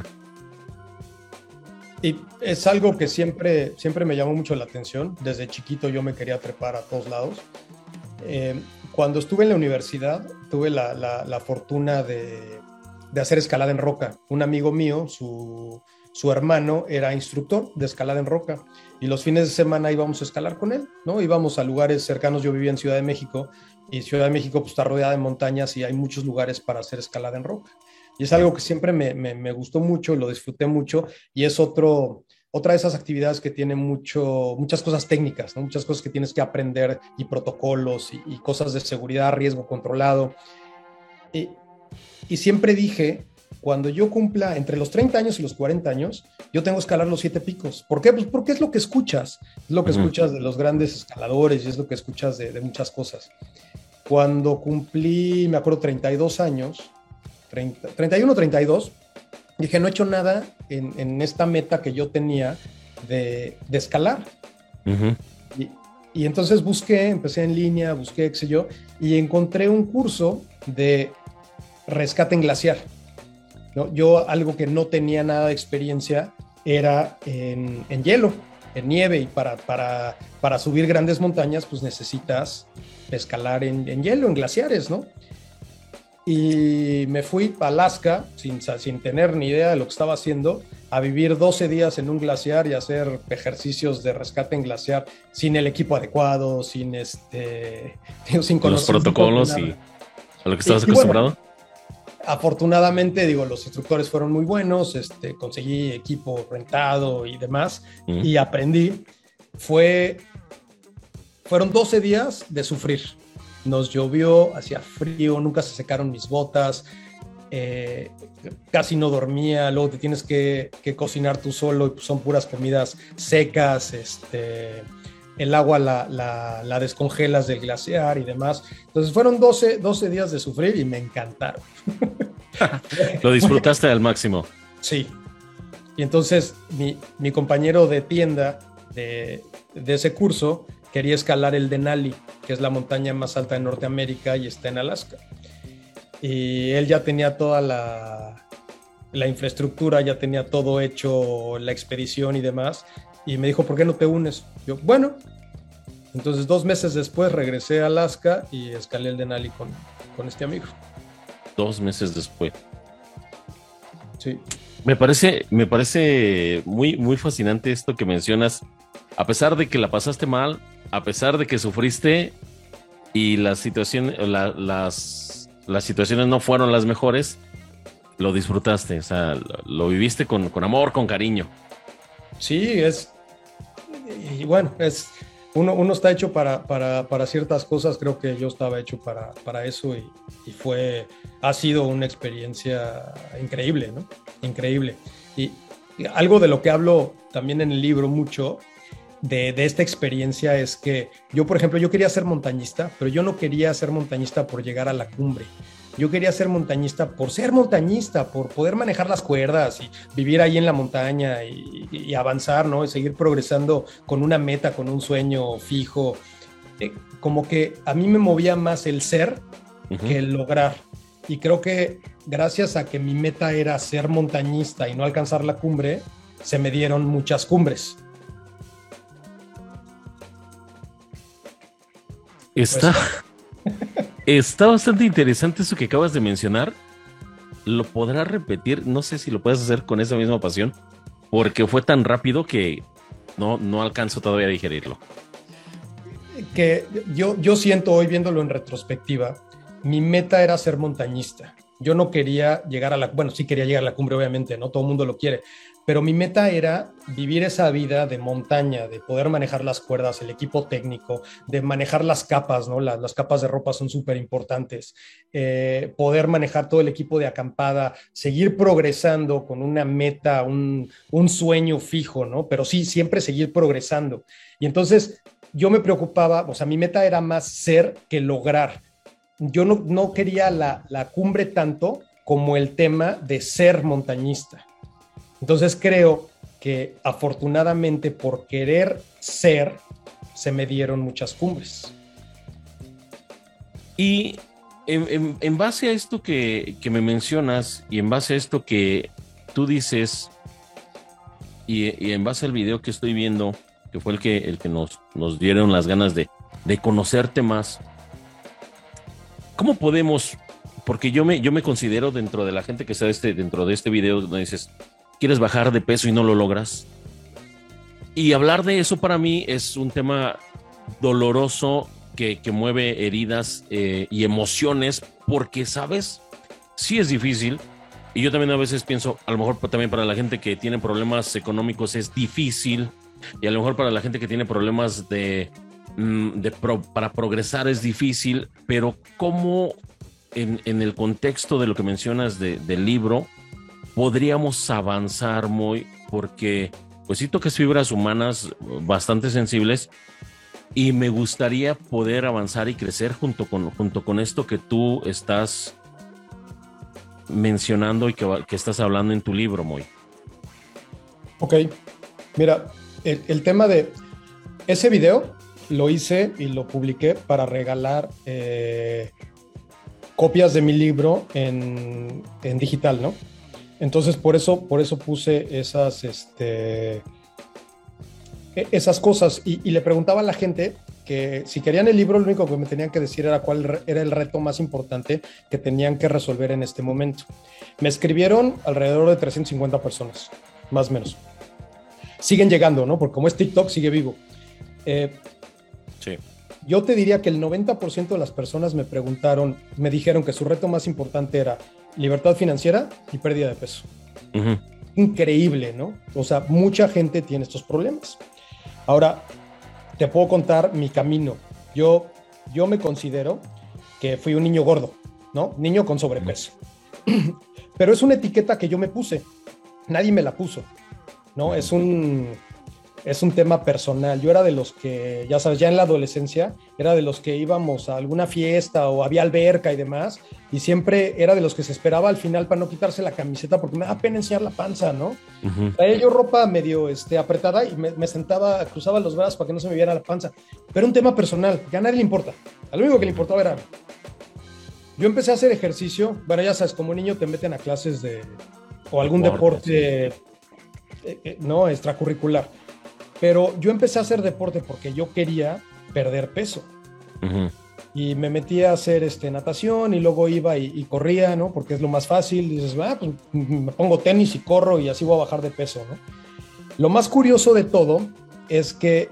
Speaker 2: Y es algo que siempre me llamó mucho la atención. Desde chiquito yo me quería trepar a todos lados. Cuando estuve en la universidad, tuve la fortuna de hacer escalada en roca. Un amigo mío, su hermano, era instructor de escalada en roca. Y los fines de semana íbamos a escalar con él, ¿no? Íbamos a lugares cercanos. Yo vivía en Ciudad de México, y Ciudad de México pues, está rodeada de montañas y hay muchos lugares para hacer escalada en roca. Y es algo que siempre me gustó mucho, lo disfruté mucho, y es otra de esas actividades que tiene muchas cosas técnicas, ¿no? Muchas cosas que tienes que aprender, y protocolos, y cosas de seguridad, riesgo controlado. Y siempre dije, cuando yo cumpla entre los 30 años y los 40 años, yo tengo que escalar los 7 picos. ¿Por qué? Pues porque es lo que escuchas. Es lo que escuchas de los grandes escaladores y es lo que escuchas de muchas cosas. Cuando cumplí, me acuerdo, 32 años, 31, 32, dije, no he hecho nada en esta meta que yo tenía de escalar. Y entonces empecé en línea, busqué, qué sé yo, y encontré un curso de rescate en glaciar, ¿no? Yo algo que no tenía nada de experiencia era en hielo, en nieve, y para subir grandes montañas pues necesitas escalar en hielo, en glaciares, ¿no? Y me fui a Alaska sin tener ni idea de lo que estaba haciendo, a vivir 12 días en un glaciar y hacer ejercicios de rescate en glaciar sin el equipo adecuado, sin
Speaker 1: los protocolos y a lo que estabas acostumbrado.
Speaker 2: Bueno, afortunadamente, los instructores fueron muy buenos, conseguí equipo rentado y demás, y aprendí. Fueron 12 días de sufrir. Nos llovió, hacía frío, nunca se secaron mis botas, casi no dormía, luego te tienes que cocinar tú solo, y son puras comidas secas, el agua la descongelas del glaciar y demás. Entonces fueron 12 días de sufrir y me encantaron.
Speaker 1: Lo disfrutaste al máximo.
Speaker 2: Sí. Y entonces mi compañero de tienda de ese curso quería escalar el Denali, que es la montaña más alta de Norteamérica y está en Alaska. Y él ya tenía toda la infraestructura, ya tenía todo hecho, la expedición y demás. Y me dijo, ¿por qué no te unes? Yo, bueno. Entonces 2 meses después regresé a Alaska y escalé el Denali con este amigo.
Speaker 1: 2 meses después.
Speaker 2: Sí.
Speaker 1: Me parece muy, muy fascinante esto que mencionas. A pesar de que la pasaste mal, a pesar de que sufriste y las situaciones no fueron las mejores, lo disfrutaste, o sea, lo viviste con amor, con cariño.
Speaker 2: Sí, y bueno, uno está hecho para ciertas cosas. Creo que yo estaba hecho para eso, y ha sido una experiencia increíble, ¿no? Increíble. Y algo de lo que hablo también en el libro mucho de esta experiencia es que yo, por ejemplo, yo quería ser montañista, pero yo no quería ser montañista por llegar a la cumbre. Yo quería ser montañista por ser montañista, por poder manejar las cuerdas y vivir ahí en la montaña y avanzar, ¿no? Y seguir progresando con una meta, con un sueño fijo. Como que a mí me movía más el ser que el lograr. Y creo que gracias a que mi meta era ser montañista y no alcanzar la cumbre, se me dieron muchas cumbres.
Speaker 1: Está bastante interesante eso que acabas de mencionar. ¿Lo podrás repetir? No sé si lo puedes hacer con esa misma pasión, porque fue tan rápido que no alcanzo todavía a digerirlo.
Speaker 2: Que yo siento hoy, viéndolo en retrospectiva, mi meta era ser montañista. Yo no quería llegar bueno, sí quería llegar a la cumbre, obviamente, ¿no? Todo el mundo lo quiere, pero mi meta era vivir esa vida de montaña, de poder manejar las cuerdas, el equipo técnico, de manejar las capas, ¿no? Las capas de ropa son súper importantes. Poder manejar todo el equipo de acampada, seguir progresando con una meta, un sueño fijo, ¿no? Pero sí, siempre seguir progresando. Y entonces yo me preocupaba, o sea, mi meta era más ser que lograr. Yo no quería la cumbre tanto como el tema de ser montañista. Entonces creo que afortunadamente por querer ser, se me dieron muchas cumbres.
Speaker 1: Y en base a esto que me mencionas y en base a esto que tú dices y en base al video que estoy viendo, que fue el que nos dieron las ganas de conocerte más, ¿cómo podemos? Porque yo me considero dentro de la gente que está dentro de este video donde dices, ¿quieres bajar de peso y no lo logras? Y hablar de eso para mí es un tema doloroso que mueve heridas y emociones, porque, ¿sabes? Sí es difícil. Y yo también a veces pienso, a lo mejor también para la gente que tiene problemas económicos es difícil. Y a lo mejor para la gente que tiene problemas para progresar es difícil. Pero ¿cómo en el contexto de lo que mencionas del libro podríamos avanzar muy? Porque pues sí tocas fibras humanas bastante sensibles y me gustaría poder avanzar y crecer junto con esto que tú estás mencionando y que estás hablando en tu libro, Moy.
Speaker 2: Ok, mira, el tema de ese video lo hice y lo publiqué para regalar copias de mi libro en digital, ¿no? Entonces, por eso puse esas cosas y le preguntaba a la gente que si querían el libro, lo único que me tenían que decir era cuál era el reto más importante que tenían que resolver en este momento. Me escribieron alrededor de 350 personas, más o menos. Siguen llegando, ¿no? Porque como es TikTok, sigue vivo.
Speaker 1: Sí.
Speaker 2: Yo te diría que el 90% de las personas me dijeron que su reto más importante era libertad financiera y pérdida de peso.
Speaker 1: Uh-huh.
Speaker 2: Increíble, ¿no? O sea, mucha gente tiene estos problemas. Ahora, te puedo contar mi camino. Yo me considero que fui un niño gordo, ¿no? Niño con sobrepeso. Pero es una etiqueta que yo me puse. Nadie me la puso, ¿no? Es un tema personal. Yo era de los que, ya sabes, ya en la adolescencia, era de los que íbamos a alguna fiesta o había alberca y demás, y siempre era de los que se esperaba al final para no quitarse la camiseta porque me da pena enseñar la panza, ¿no?
Speaker 1: Uh-huh.
Speaker 2: Traía yo ropa medio apretada y me sentaba, cruzaba los brazos para que no se me viera la panza. Pero un tema personal, que a nadie le importa. A lo único que le importaba era... Yo empecé a hacer ejercicio. Bueno, ya sabes, como niño te meten a clases o algún deporte, no, extracurricular. Pero yo empecé a hacer deporte porque yo quería perder peso.
Speaker 1: Uh-huh.
Speaker 2: Y me metí a hacer natación y luego iba y corría, ¿no? Porque es lo más fácil. Dices, pues me pongo tenis y corro y así voy a bajar de peso, ¿no? Lo más curioso de todo es que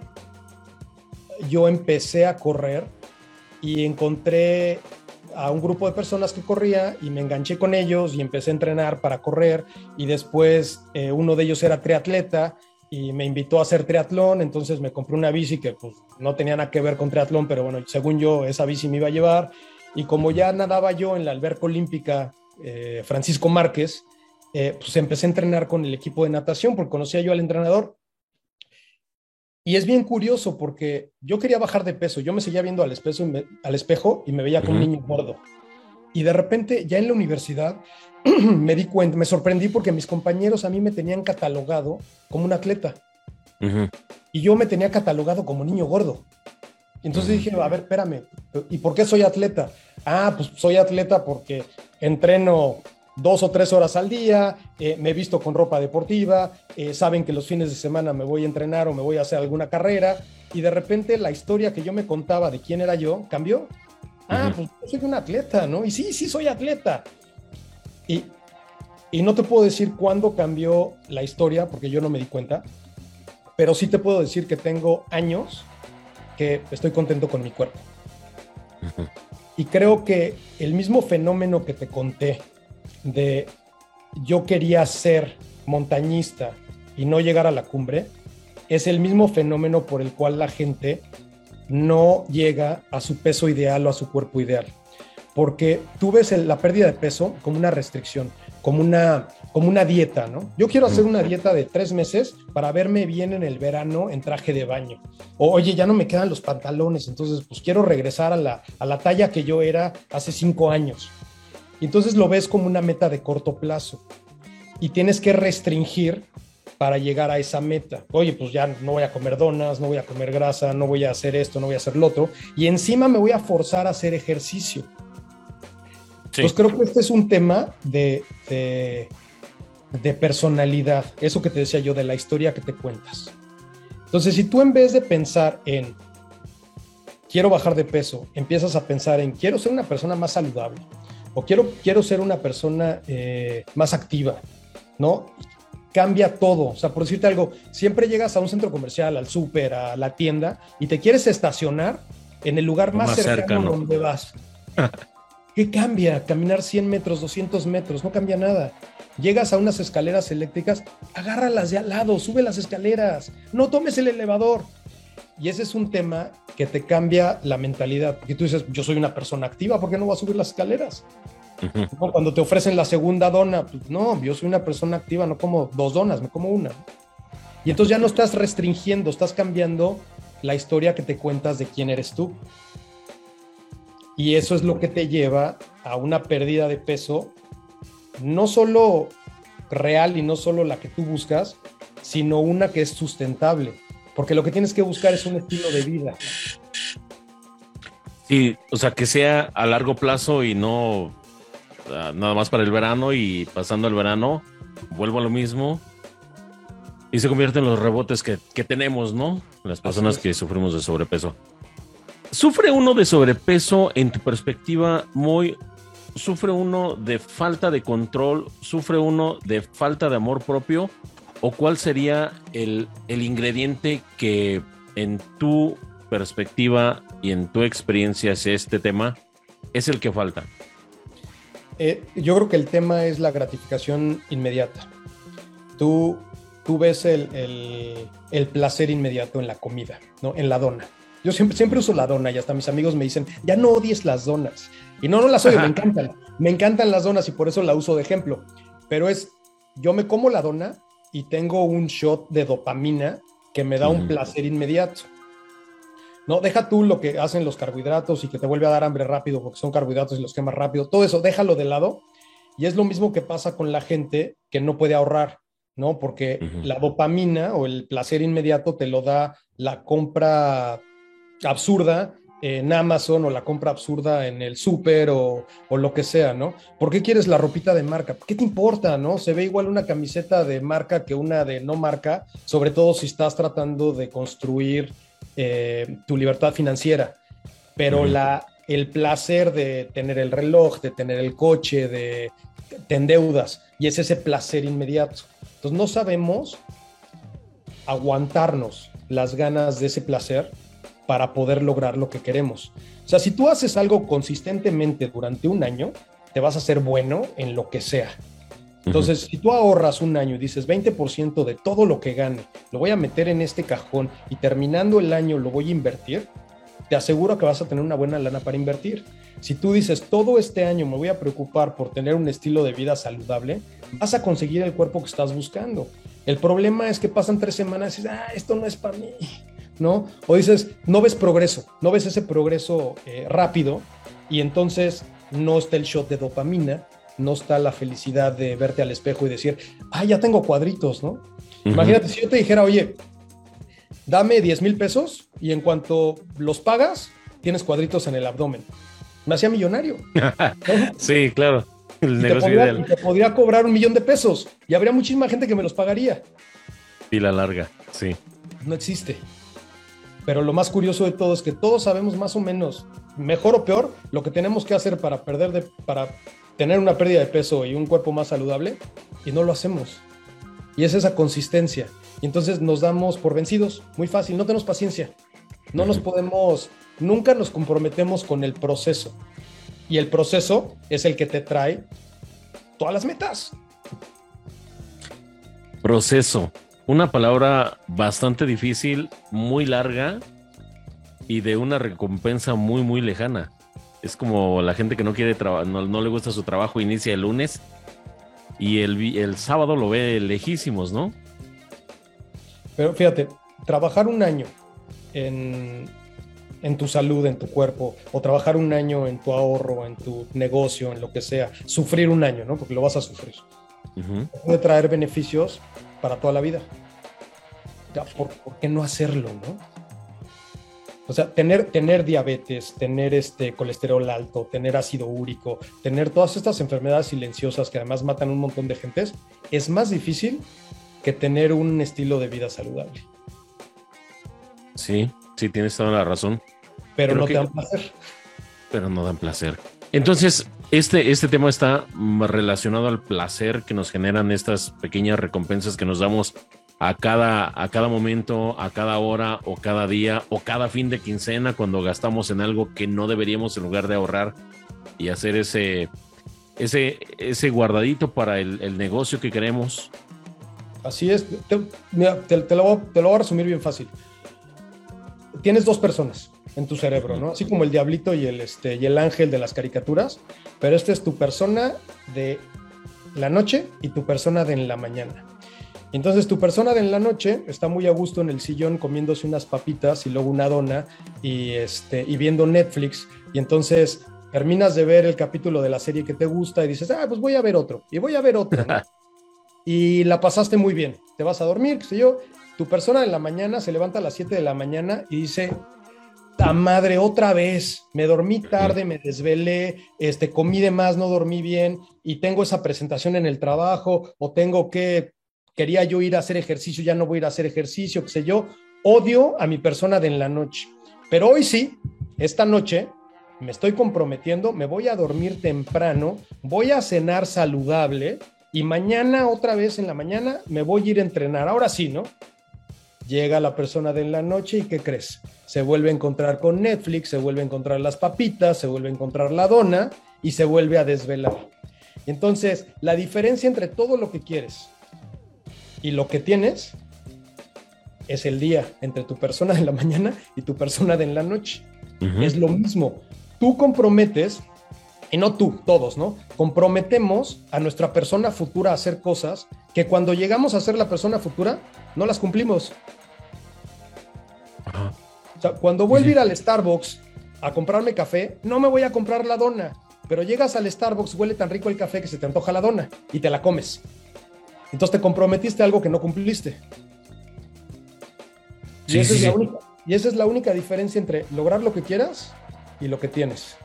Speaker 2: yo empecé a correr y encontré a un grupo de personas que corría y me enganché con ellos y empecé a entrenar para correr. Y después uno de ellos era triatleta y me invitó a hacer triatlón, entonces me compré una bici que pues no tenía nada que ver con triatlón, pero bueno, según yo esa bici me iba a llevar, y como ya nadaba yo en la alberca olímpica Francisco Márquez, pues empecé a entrenar con el equipo de natación porque conocía yo al entrenador. Y es bien curioso porque yo quería bajar de peso, yo me seguía viendo al espejo y me veía como un niño gordo. Y de repente, ya en la universidad, me di cuenta, me sorprendí porque mis compañeros a mí me tenían catalogado como un atleta.
Speaker 1: Uh-huh.
Speaker 2: Y yo me tenía catalogado como niño gordo. Entonces dije, a ver, espérame, ¿y por qué soy atleta? Ah, pues soy atleta porque entreno 2 o 3 horas al día, me he visto con ropa deportiva, saben que los fines de semana me voy a entrenar o me voy a hacer alguna carrera, y de repente la historia que yo me contaba de quién era yo cambió. Pues yo soy un atleta, ¿no? Y sí, soy atleta. Y no te puedo decir cuándo cambió la historia, porque yo no me di cuenta, pero sí te puedo decir que tengo años que estoy contento con mi cuerpo. Y creo que el mismo fenómeno que te conté de yo quería ser montañista y no llegar a la cumbre, es el mismo fenómeno por el cual la gente no llega a su peso ideal o a su cuerpo ideal. Porque tú ves la pérdida de peso como una restricción, como una dieta, ¿no? Yo quiero hacer una dieta de 3 meses para verme bien en el verano en traje de baño. O, oye, ya no me quedan los pantalones, entonces pues quiero regresar a la talla que yo era hace 5 años. Y entonces lo ves como una meta de corto plazo. Y tienes que restringir para llegar a esa meta. Oye, pues ya no voy a comer donas, no voy a comer grasa, no voy a hacer esto, no voy a hacer lo otro. Y encima me voy a forzar a hacer ejercicio. Sí. Pues creo que este es un tema de personalidad, eso que te decía yo, de la historia que te cuentas. Entonces, si tú en vez de pensar en quiero bajar de peso, empiezas a pensar en quiero ser una persona más saludable o quiero ser una persona más activa, ¿no? Cambia todo. O sea, por decirte algo, siempre llegas a un centro comercial, al súper, a la tienda y te quieres estacionar en el lugar más cercano donde vas. ¿Qué cambia? Caminar 100 metros, 200 metros, no cambia nada. Llegas a unas escaleras eléctricas, agárralas de al lado, sube las escaleras, no tomes el elevador. Y ese es un tema que te cambia la mentalidad. Porque tú dices, yo soy una persona activa, ¿por qué no voy a subir las escaleras? ¿No? Cuando te ofrecen la segunda dona, pues, no, yo soy una persona activa, no como 2 donas, me como una. Y entonces ya no estás restringiendo, estás cambiando la historia que te cuentas de quién eres tú. Y eso es lo que te lleva a una pérdida de peso, no solo real y no solo la que tú buscas, sino una que es sustentable. Porque lo que tienes que buscar es un estilo de vida.
Speaker 1: Sí, o sea, que sea a largo plazo y no nada más para el verano, y pasando el verano vuelvo a lo mismo y se convierte en los rebotes que tenemos, ¿no? Las personas que sufrimos de sobrepeso. ¿Sufre uno de sobrepeso en tu perspectiva, Moy? ¿Sufre uno de falta de control? ¿Sufre uno de falta de amor propio? ¿O cuál sería el ingrediente que en tu perspectiva y en tu experiencia hacia este tema es el que falta?
Speaker 2: Yo creo que el tema es la gratificación inmediata. Tú ves el placer inmediato en la comida, ¿no? En la dona. Yo siempre uso la dona y hasta mis amigos me dicen, ya no odies las donas. Y no las odio, me encantan. Me encantan las donas y por eso la uso de ejemplo. Pero yo me como la dona y tengo un shot de dopamina que me da un placer inmediato. No, deja tú lo que hacen los carbohidratos y que te vuelve a dar hambre rápido porque son carbohidratos y los quemas rápido. Todo eso, déjalo de lado. Y es lo mismo que pasa con la gente que no puede ahorrar, ¿no? Porque la dopamina o el placer inmediato te lo da la compra absurda en Amazon o la compra absurda en el súper o lo que sea, ¿no? ¿Por qué quieres la ropita de marca? ¿Qué te importa, no? Se ve igual una camiseta de marca que una de no marca, sobre todo si estás tratando de construir tu libertad financiera. Pero el placer de tener el reloj, de tener el coche, te endeudas y es ese placer inmediato. Entonces no sabemos aguantarnos las ganas de ese placer para poder lograr lo que queremos. O sea, si tú haces algo consistentemente durante un año, te vas a hacer bueno en lo que sea. Entonces, si tú ahorras un año y dices 20% de todo lo que gane, lo voy a meter en este cajón y terminando el año lo voy a invertir, te aseguro que vas a tener una buena lana para invertir. Si tú dices todo este año me voy a preocupar por tener un estilo de vida saludable, vas a conseguir el cuerpo que estás buscando. El problema es que pasan 3 semanas y dices, esto no es para mí, ¿no? O dices, no ves progreso, no ves ese progreso rápido y entonces no está el shot de dopamina, no está la felicidad de verte al espejo y decir, ya tengo cuadritos, ¿no? Imagínate si yo te dijera, oye, dame 10,000 pesos y en cuanto los pagas, tienes cuadritos en el abdomen. Me hacía millonario, ¿no?
Speaker 1: Sí, claro. El
Speaker 2: Y
Speaker 1: negocio ideal.
Speaker 2: te podría cobrar $1,000,000 y habría muchísima gente que me los pagaría.
Speaker 1: Pila larga, sí.
Speaker 2: No existe. Pero lo más curioso de todo es que todos sabemos más o menos, mejor o peor, lo que tenemos que hacer para tener una pérdida de peso y un cuerpo más saludable, y no lo hacemos. Y es esa consistencia. Y entonces nos damos por vencidos, muy fácil, no tenemos paciencia. No nos podemos, nunca nos comprometemos con el proceso. Y el proceso es el que te trae todas las metas.
Speaker 1: Proceso. Una palabra bastante difícil, muy larga y de una recompensa muy, muy lejana. Es como la gente que no quiere trabajar, no le gusta su trabajo, inicia el lunes y el sábado lo ve lejísimos, ¿no?
Speaker 2: Pero fíjate, trabajar un año en tu salud, en tu cuerpo, o trabajar un año en tu ahorro, en tu negocio, en lo que sea, sufrir un año, ¿no? Porque lo vas a sufrir. Puede traer beneficios para toda la vida. ¿Por qué no hacerlo, no? O sea, tener diabetes, tener colesterol alto, tener ácido úrico, tener todas estas enfermedades silenciosas que además matan a un montón de gentes, es más difícil que tener un estilo de vida saludable.
Speaker 1: Sí, sí, tienes toda la razón.
Speaker 2: Pero no te dan placer.
Speaker 1: Pero no dan placer. Entonces, este tema está relacionado al placer que nos generan estas pequeñas recompensas que nos damos a cada momento, a cada hora o cada día o cada fin de quincena cuando gastamos en algo que no deberíamos en lugar de ahorrar y hacer ese guardadito para el negocio que queremos.
Speaker 2: Así es. Mira, te lo voy a resumir bien fácil. Tienes dos personas en tu cerebro, ¿no? Así como el diablito y el ángel de las caricaturas, pero esta es tu persona de la noche y tu persona de en la mañana. Entonces tu persona de en la noche está muy a gusto en el sillón comiéndose unas papitas y luego una dona y viendo Netflix, y entonces terminas de ver el capítulo de la serie que te gusta y dices, pues voy a ver otro, y voy a ver otro, ¿no? Y la pasaste muy bien, te vas a dormir, qué sé yo. Tu persona en la mañana se levanta a las 7 de la mañana y dice, ¡ta madre, otra vez! Me dormí tarde, me desvelé, comí de más, no dormí bien, y tengo esa presentación en el trabajo, o quería yo ir a hacer ejercicio, ya no voy a ir a hacer ejercicio, qué sé yo. Odio a mi persona de en la noche. Pero hoy sí, esta noche, me estoy comprometiendo, me voy a dormir temprano, voy a cenar saludable, y mañana, otra vez en la mañana, me voy a ir a entrenar. Ahora sí, ¿no? Llega la persona de en la noche y ¿qué crees? Se vuelve a encontrar con Netflix, se vuelve a encontrar las papitas, se vuelve a encontrar la dona y se vuelve a desvelar. Entonces, la diferencia entre todo lo que quieres y lo que tienes es el día entre tu persona de la mañana y tu persona de en la noche. Es lo mismo. Tú comprometes, y no tú, todos, ¿no? Comprometemos a nuestra persona futura a hacer cosas que cuando llegamos a ser la persona futura, no las cumplimos. O sea, cuando vuelvo a ir al Starbucks a comprarme café, no me voy a comprar la dona, pero llegas al Starbucks, huele tan rico el café que se te antoja la dona y te la comes. Entonces te comprometiste a algo que no cumpliste. Y esa es la única diferencia entre lograr lo que quieras y lo que tienes.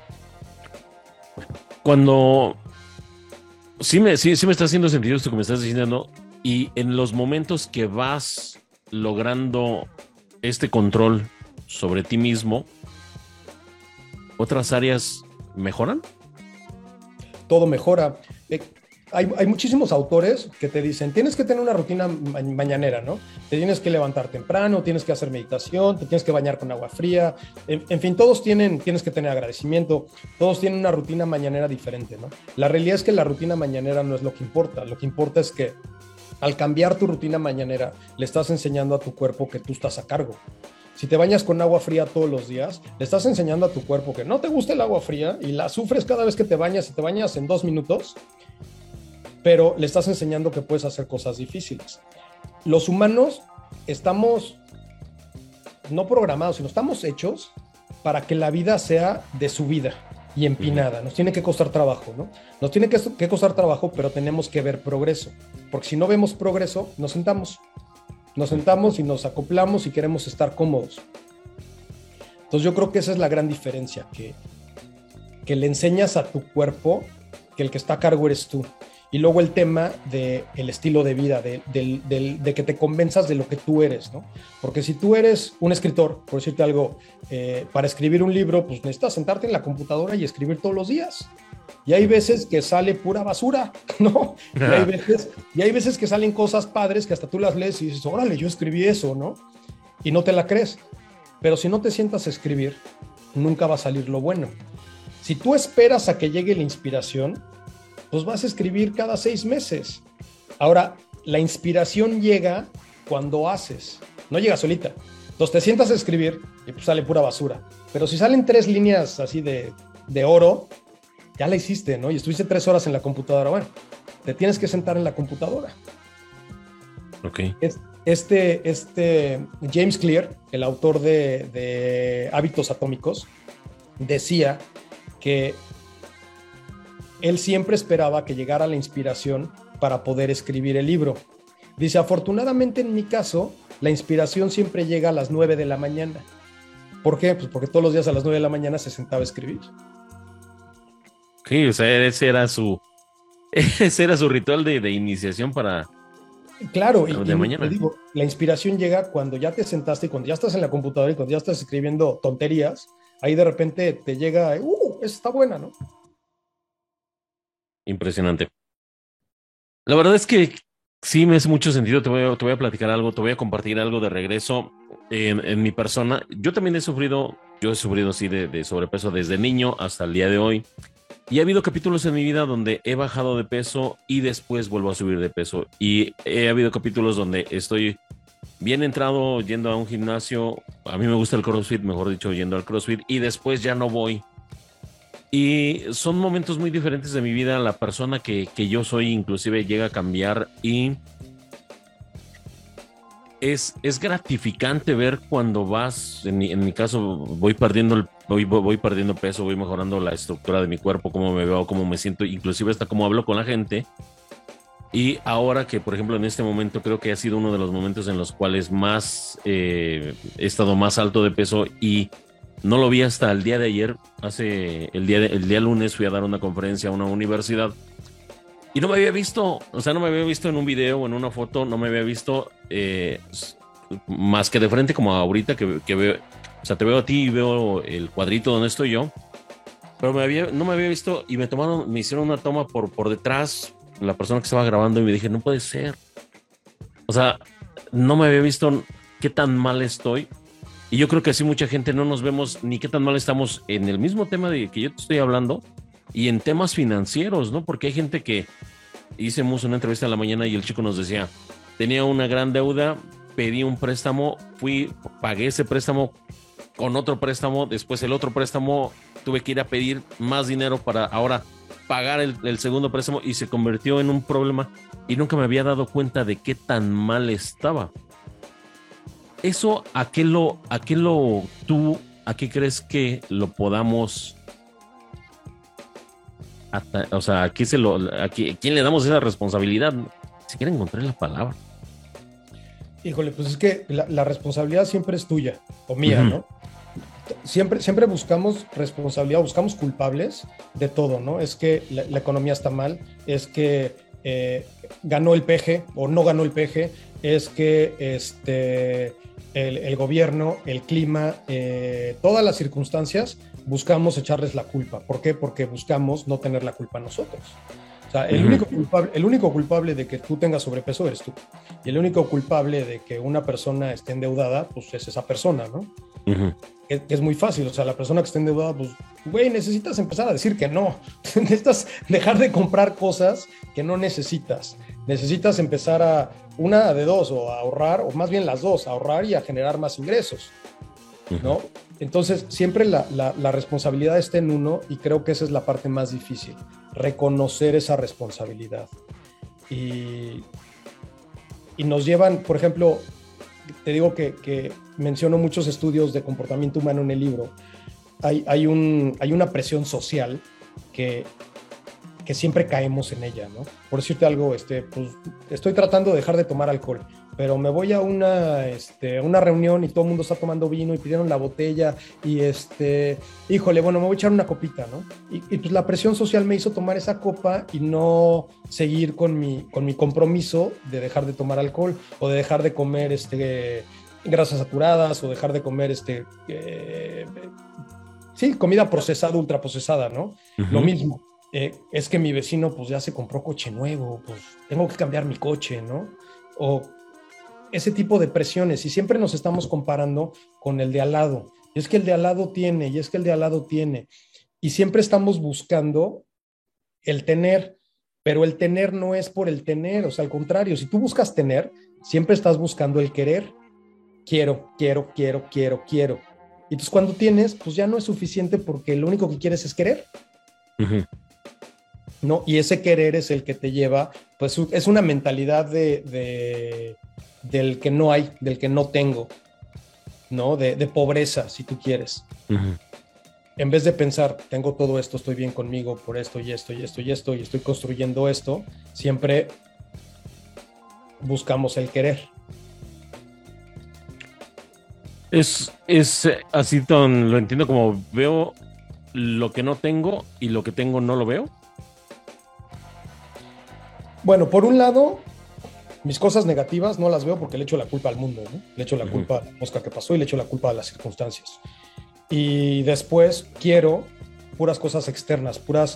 Speaker 1: Cuando sí me está haciendo sentido esto que me estás diciendo, ¿no? Y en los momentos que vas logrando este control sobre ti mismo, ¿otras áreas mejoran?
Speaker 2: Todo mejora. Hay muchísimos autores que te dicen, tienes que tener una rutina mañanera, ¿no? Te tienes que levantar temprano, tienes que hacer meditación, te tienes que bañar con agua fría, en fin, tienes que tener agradecimiento, todos tienen una rutina mañanera diferente, ¿no? La realidad es que la rutina mañanera no es lo que importa es que al cambiar tu rutina mañanera, le estás enseñando a tu cuerpo que tú estás a cargo. Si te bañas con agua fría todos los días, le estás enseñando a tu cuerpo que no te gusta el agua fría y la sufres cada vez que te bañas y te bañas en 2 minutos, pero le estás enseñando que puedes hacer cosas difíciles. Los humanos estamos no programados, sino estamos hechos para que la vida sea de subida y empinada. Nos tiene que costar trabajo, ¿no? Nos tiene que costar trabajo, pero tenemos que ver progreso, porque si no vemos progreso, nos sentamos y nos acoplamos y queremos estar cómodos. Entonces yo creo que esa es la gran diferencia, que le enseñas a tu cuerpo que el que está a cargo eres tú. Y luego el tema del estilo de vida, de que te convenzas de lo que tú eres, ¿no? Porque si tú eres un escritor, por decirte algo, para escribir un libro, pues necesitas sentarte en la computadora y escribir todos los días. Y hay veces que sale pura basura, ¿no? Y hay veces que salen cosas padres que hasta tú las lees y dices, órale, yo escribí eso, ¿no? Y no te la crees. Pero si no te sientas a escribir, nunca va a salir lo bueno. Si tú esperas a que llegue la inspiración, pues vas a escribir cada 6 meses. Ahora, la inspiración llega cuando haces, no llega solita. Entonces te sientas a escribir y pues sale pura basura. Pero si salen 3 líneas así de oro, ya la hiciste, ¿no? Y estuviste 3 horas en la computadora. Bueno, te tienes que sentar en la computadora.
Speaker 1: Ok.
Speaker 2: James Clear, el autor de Hábitos Atómicos, decía que él siempre esperaba que llegara la inspiración para poder escribir el libro. Dice, afortunadamente en mi caso, la inspiración siempre llega a las 9 de la mañana. ¿Por qué? Pues porque todos los días a las 9 de la mañana se sentaba a escribir.
Speaker 1: Sí, o sea, ese era su ritual de iniciación para...
Speaker 2: Claro,
Speaker 1: de mañana.
Speaker 2: Te digo, la inspiración llega cuando ya te sentaste y cuando ya estás en la computadora y cuando ya estás escribiendo tonterías, ahí de repente te llega, esa está buena, ¿no?
Speaker 1: Impresionante. La verdad es que sí me hace mucho sentido. Te voy a platicar algo, te voy a compartir algo de regreso en mi persona. Yo también he sufrido sí de sobrepeso desde niño hasta el día de hoy. Y ha habido capítulos en mi vida donde he bajado de peso y después vuelvo a subir de peso. Y ha habido capítulos donde estoy bien entrado yendo a un gimnasio. A mí me gusta el CrossFit, mejor dicho, yendo al CrossFit. Y después ya no voy. Y son momentos muy diferentes de mi vida. La persona que yo soy inclusive llega a cambiar y es gratificante ver cuando vas, en mi caso, voy perdiendo peso, voy mejorando la estructura de mi cuerpo, cómo me veo, cómo me siento, inclusive hasta cómo hablo con la gente. Y ahora que, por ejemplo, en este momento creo que ha sido uno de los momentos en los cuales más he estado más alto de peso y no lo vi hasta el día de ayer. El día lunes fui a dar una conferencia a una universidad y no me había visto, o sea, no me había visto en un video o en una foto, no me había visto más que de frente como ahorita que veo, o sea, te veo a ti y veo el cuadrito donde estoy yo, pero no me había visto y me hicieron una toma por detrás, la persona que estaba grabando y me dije, no puede ser. O sea, no me había visto qué tan mal estoy. Y yo creo que así mucha gente no nos vemos ni qué tan mal estamos en el mismo tema de que yo te estoy hablando y en temas financieros, ¿no? Porque hay gente que hicimos una entrevista en la mañana y el chico nos decía, tenía una gran deuda, pedí un préstamo, pagué ese préstamo con otro préstamo, después el otro préstamo, tuve que ir a pedir más dinero para ahora pagar el segundo préstamo y se convirtió en un problema y nunca me había dado cuenta de qué tan mal estaba. Eso, ¿a qué crees que lo podamos, o sea, a quién le damos esa responsabilidad? Si quieren encontrar la palabra.
Speaker 2: Híjole, pues es que la responsabilidad siempre es tuya o mía, ¿no? Siempre buscamos responsabilidad, buscamos culpables de todo, ¿no? Es que la economía está mal, es que ganó el peje o no ganó el peje, es que el gobierno, el clima, todas las circunstancias, buscamos echarles la culpa. ¿Por qué? Porque buscamos no tener la culpa nosotros. O sea, el único culpable de que tú tengas sobrepeso eres tú. Y el único culpable de que una persona esté endeudada, pues es esa persona, ¿no? Que es muy fácil. O sea, la persona que esté endeudada, pues, güey, necesitas empezar a decir que no. Necesitas dejar de comprar cosas que no necesitas. Necesitas empezar a, una de dos, o a ahorrar, o más bien las dos, a ahorrar y a generar más ingresos, ¿no? Entonces, siempre la responsabilidad está en uno y creo que esa es la parte más difícil, reconocer esa responsabilidad. Y nos llevan, por ejemplo, te digo que menciono muchos estudios de comportamiento humano en el libro. Hay una presión social que siempre caemos en ella, ¿no? Por decirte algo, pues estoy tratando de dejar de tomar alcohol, pero me voy a una reunión y todo el mundo está tomando vino y pidieron la botella y híjole, bueno, me voy a echar una copita, ¿no? Y pues la presión social me hizo tomar esa copa y no seguir con mi compromiso de dejar de tomar alcohol o de dejar de comer grasas saturadas o dejar de comer sí, comida procesada, ultraprocesada, ¿no? Lo mismo. Es que mi vecino pues ya se compró coche nuevo, pues tengo que cambiar mi coche, ¿no? O ese tipo de presiones y siempre nos estamos comparando con el de al lado. Y es que el de al lado tiene, y es que el de al lado tiene. Y siempre estamos buscando el tener, pero el tener no es por el tener, o sea, al contrario, si tú buscas tener, siempre estás buscando el querer. Quiero, quiero, quiero, quiero, quiero. Y entonces cuando tienes, pues ya no es suficiente porque lo único que quieres es querer. Uh-huh. ¿No? Y ese querer es el que te lleva, pues es una mentalidad del que no hay, del que no tengo, ¿no? De pobreza, si tú quieres. Uh-huh. En vez de pensar, tengo todo esto, estoy bien conmigo por esto y esto y esto y esto, y estoy construyendo esto, siempre buscamos el querer.
Speaker 1: Es así, lo entiendo como veo lo que no tengo y lo que tengo no lo veo. Bueno,
Speaker 2: por un lado, mis cosas negativas no las veo porque le echo la culpa al mundo, ¿no? Le echo la culpa a la mosca que pasó y le echo la culpa a las circunstancias. Y después quiero puras cosas externas, puros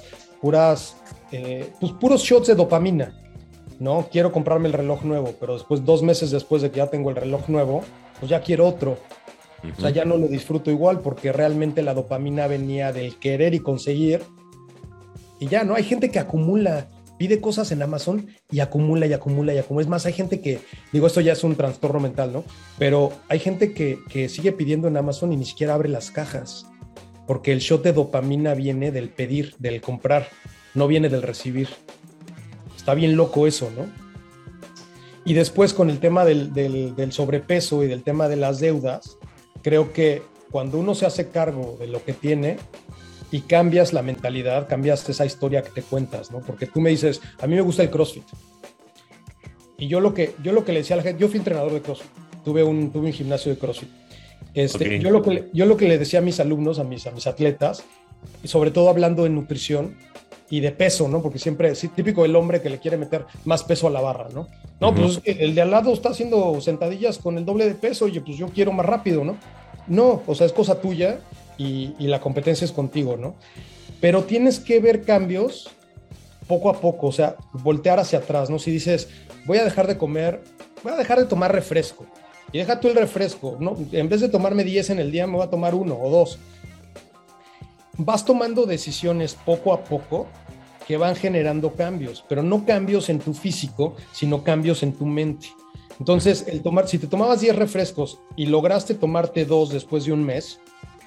Speaker 2: shots de dopamina, ¿no? Quiero comprarme el reloj nuevo, pero después, 2 meses después de que ya tengo el reloj nuevo, pues ya quiero otro. O sea, ya no lo disfruto igual porque realmente la dopamina venía del querer y conseguir. Y ya, ¿no? Hay gente que acumula, pide cosas en Amazon y acumula y acumula y acumula. Es más, hay gente que, digo, esto ya es un trastorno mental, ¿no? Pero hay gente que sigue pidiendo en Amazon y ni siquiera abre las cajas. Porque el shot de dopamina viene del pedir, del comprar, no viene del recibir. Está bien loco eso, ¿no? Y después con el tema del sobrepeso y del tema de las deudas, creo que cuando uno se hace cargo de lo que tiene y cambias la mentalidad, cambias esa historia que te cuentas, ¿no? Porque tú me dices, a mí me gusta el CrossFit. Y yo lo que le decía a la gente, yo fui entrenador de CrossFit, tuve un gimnasio de CrossFit. Okay. Yo lo que le decía a mis alumnos, a mis atletas, y sobre todo hablando de nutrición y de peso, ¿no? Porque siempre es típico del hombre que le quiere meter más peso a la barra, ¿no? No, uh-huh. Pues el de al lado está haciendo sentadillas con el doble de peso y pues yo quiero más rápido, ¿no? No, o sea, es cosa tuya y la competencia es contigo, ¿no? Pero tienes que ver cambios poco a poco, o sea, voltear hacia atrás, ¿no? Si dices, voy a dejar de tomar refresco, y deja tú el refresco, ¿no? En vez de tomarme 10 en el día, me voy a tomar 1 o 2. Vas tomando decisiones poco a poco que van generando cambios, pero no cambios en tu físico, sino cambios en tu mente. Entonces, si te tomabas 10 refrescos y lograste tomarte 2 después de un mes,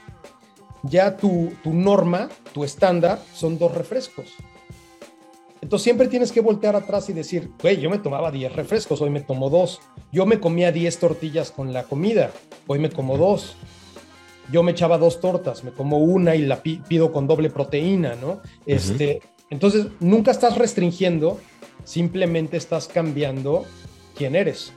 Speaker 2: ya tu norma, tu estándar, son 2 refrescos. Entonces siempre tienes que voltear atrás y decir, güey, yo me tomaba 10 refrescos, hoy me tomo 2. Yo me comía 10 tortillas con la comida, hoy me como 2. Yo me echaba 2 tortas, me como una y la pido con doble proteína, ¿no? Uh-huh. Entonces nunca estás restringiendo, simplemente estás cambiando quién eres.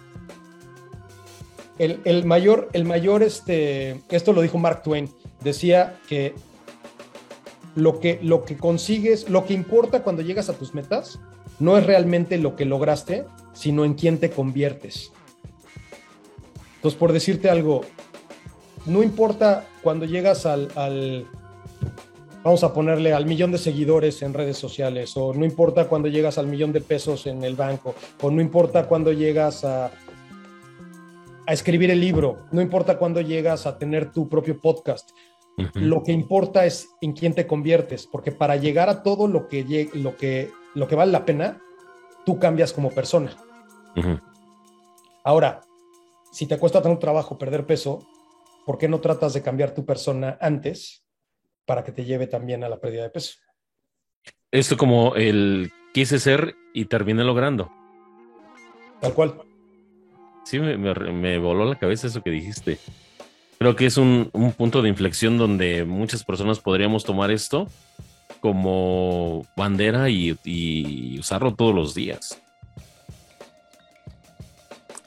Speaker 2: El mayor, esto lo dijo Mark Twain, decía que lo que consigues, lo que importa cuando llegas a tus metas, no es realmente lo que lograste, sino en quién te conviertes. Entonces, por decirte algo, no importa cuando llegas vamos a ponerle al 1,000,000 de seguidores en redes sociales, o no importa cuando llegas al 1,000,000 de pesos en el banco, o no importa cuando llegas a escribir el libro, no importa cuando llegas a tener tu propio podcast. Uh-huh. Lo que importa es en quién te conviertes, porque para llegar a todo lo que vale la pena, tú cambias como persona. Uh-huh. Ahora, si te cuesta tanto trabajo perder peso, ¿por qué no tratas de cambiar tu persona antes para que te lleve también a la pérdida de peso?
Speaker 1: Esto como el quise ser y terminé logrando.
Speaker 2: Tal cual.
Speaker 1: Sí, me voló la cabeza eso que dijiste. Creo que es un punto de inflexión donde muchas personas podríamos tomar esto como bandera y usarlo todos los días.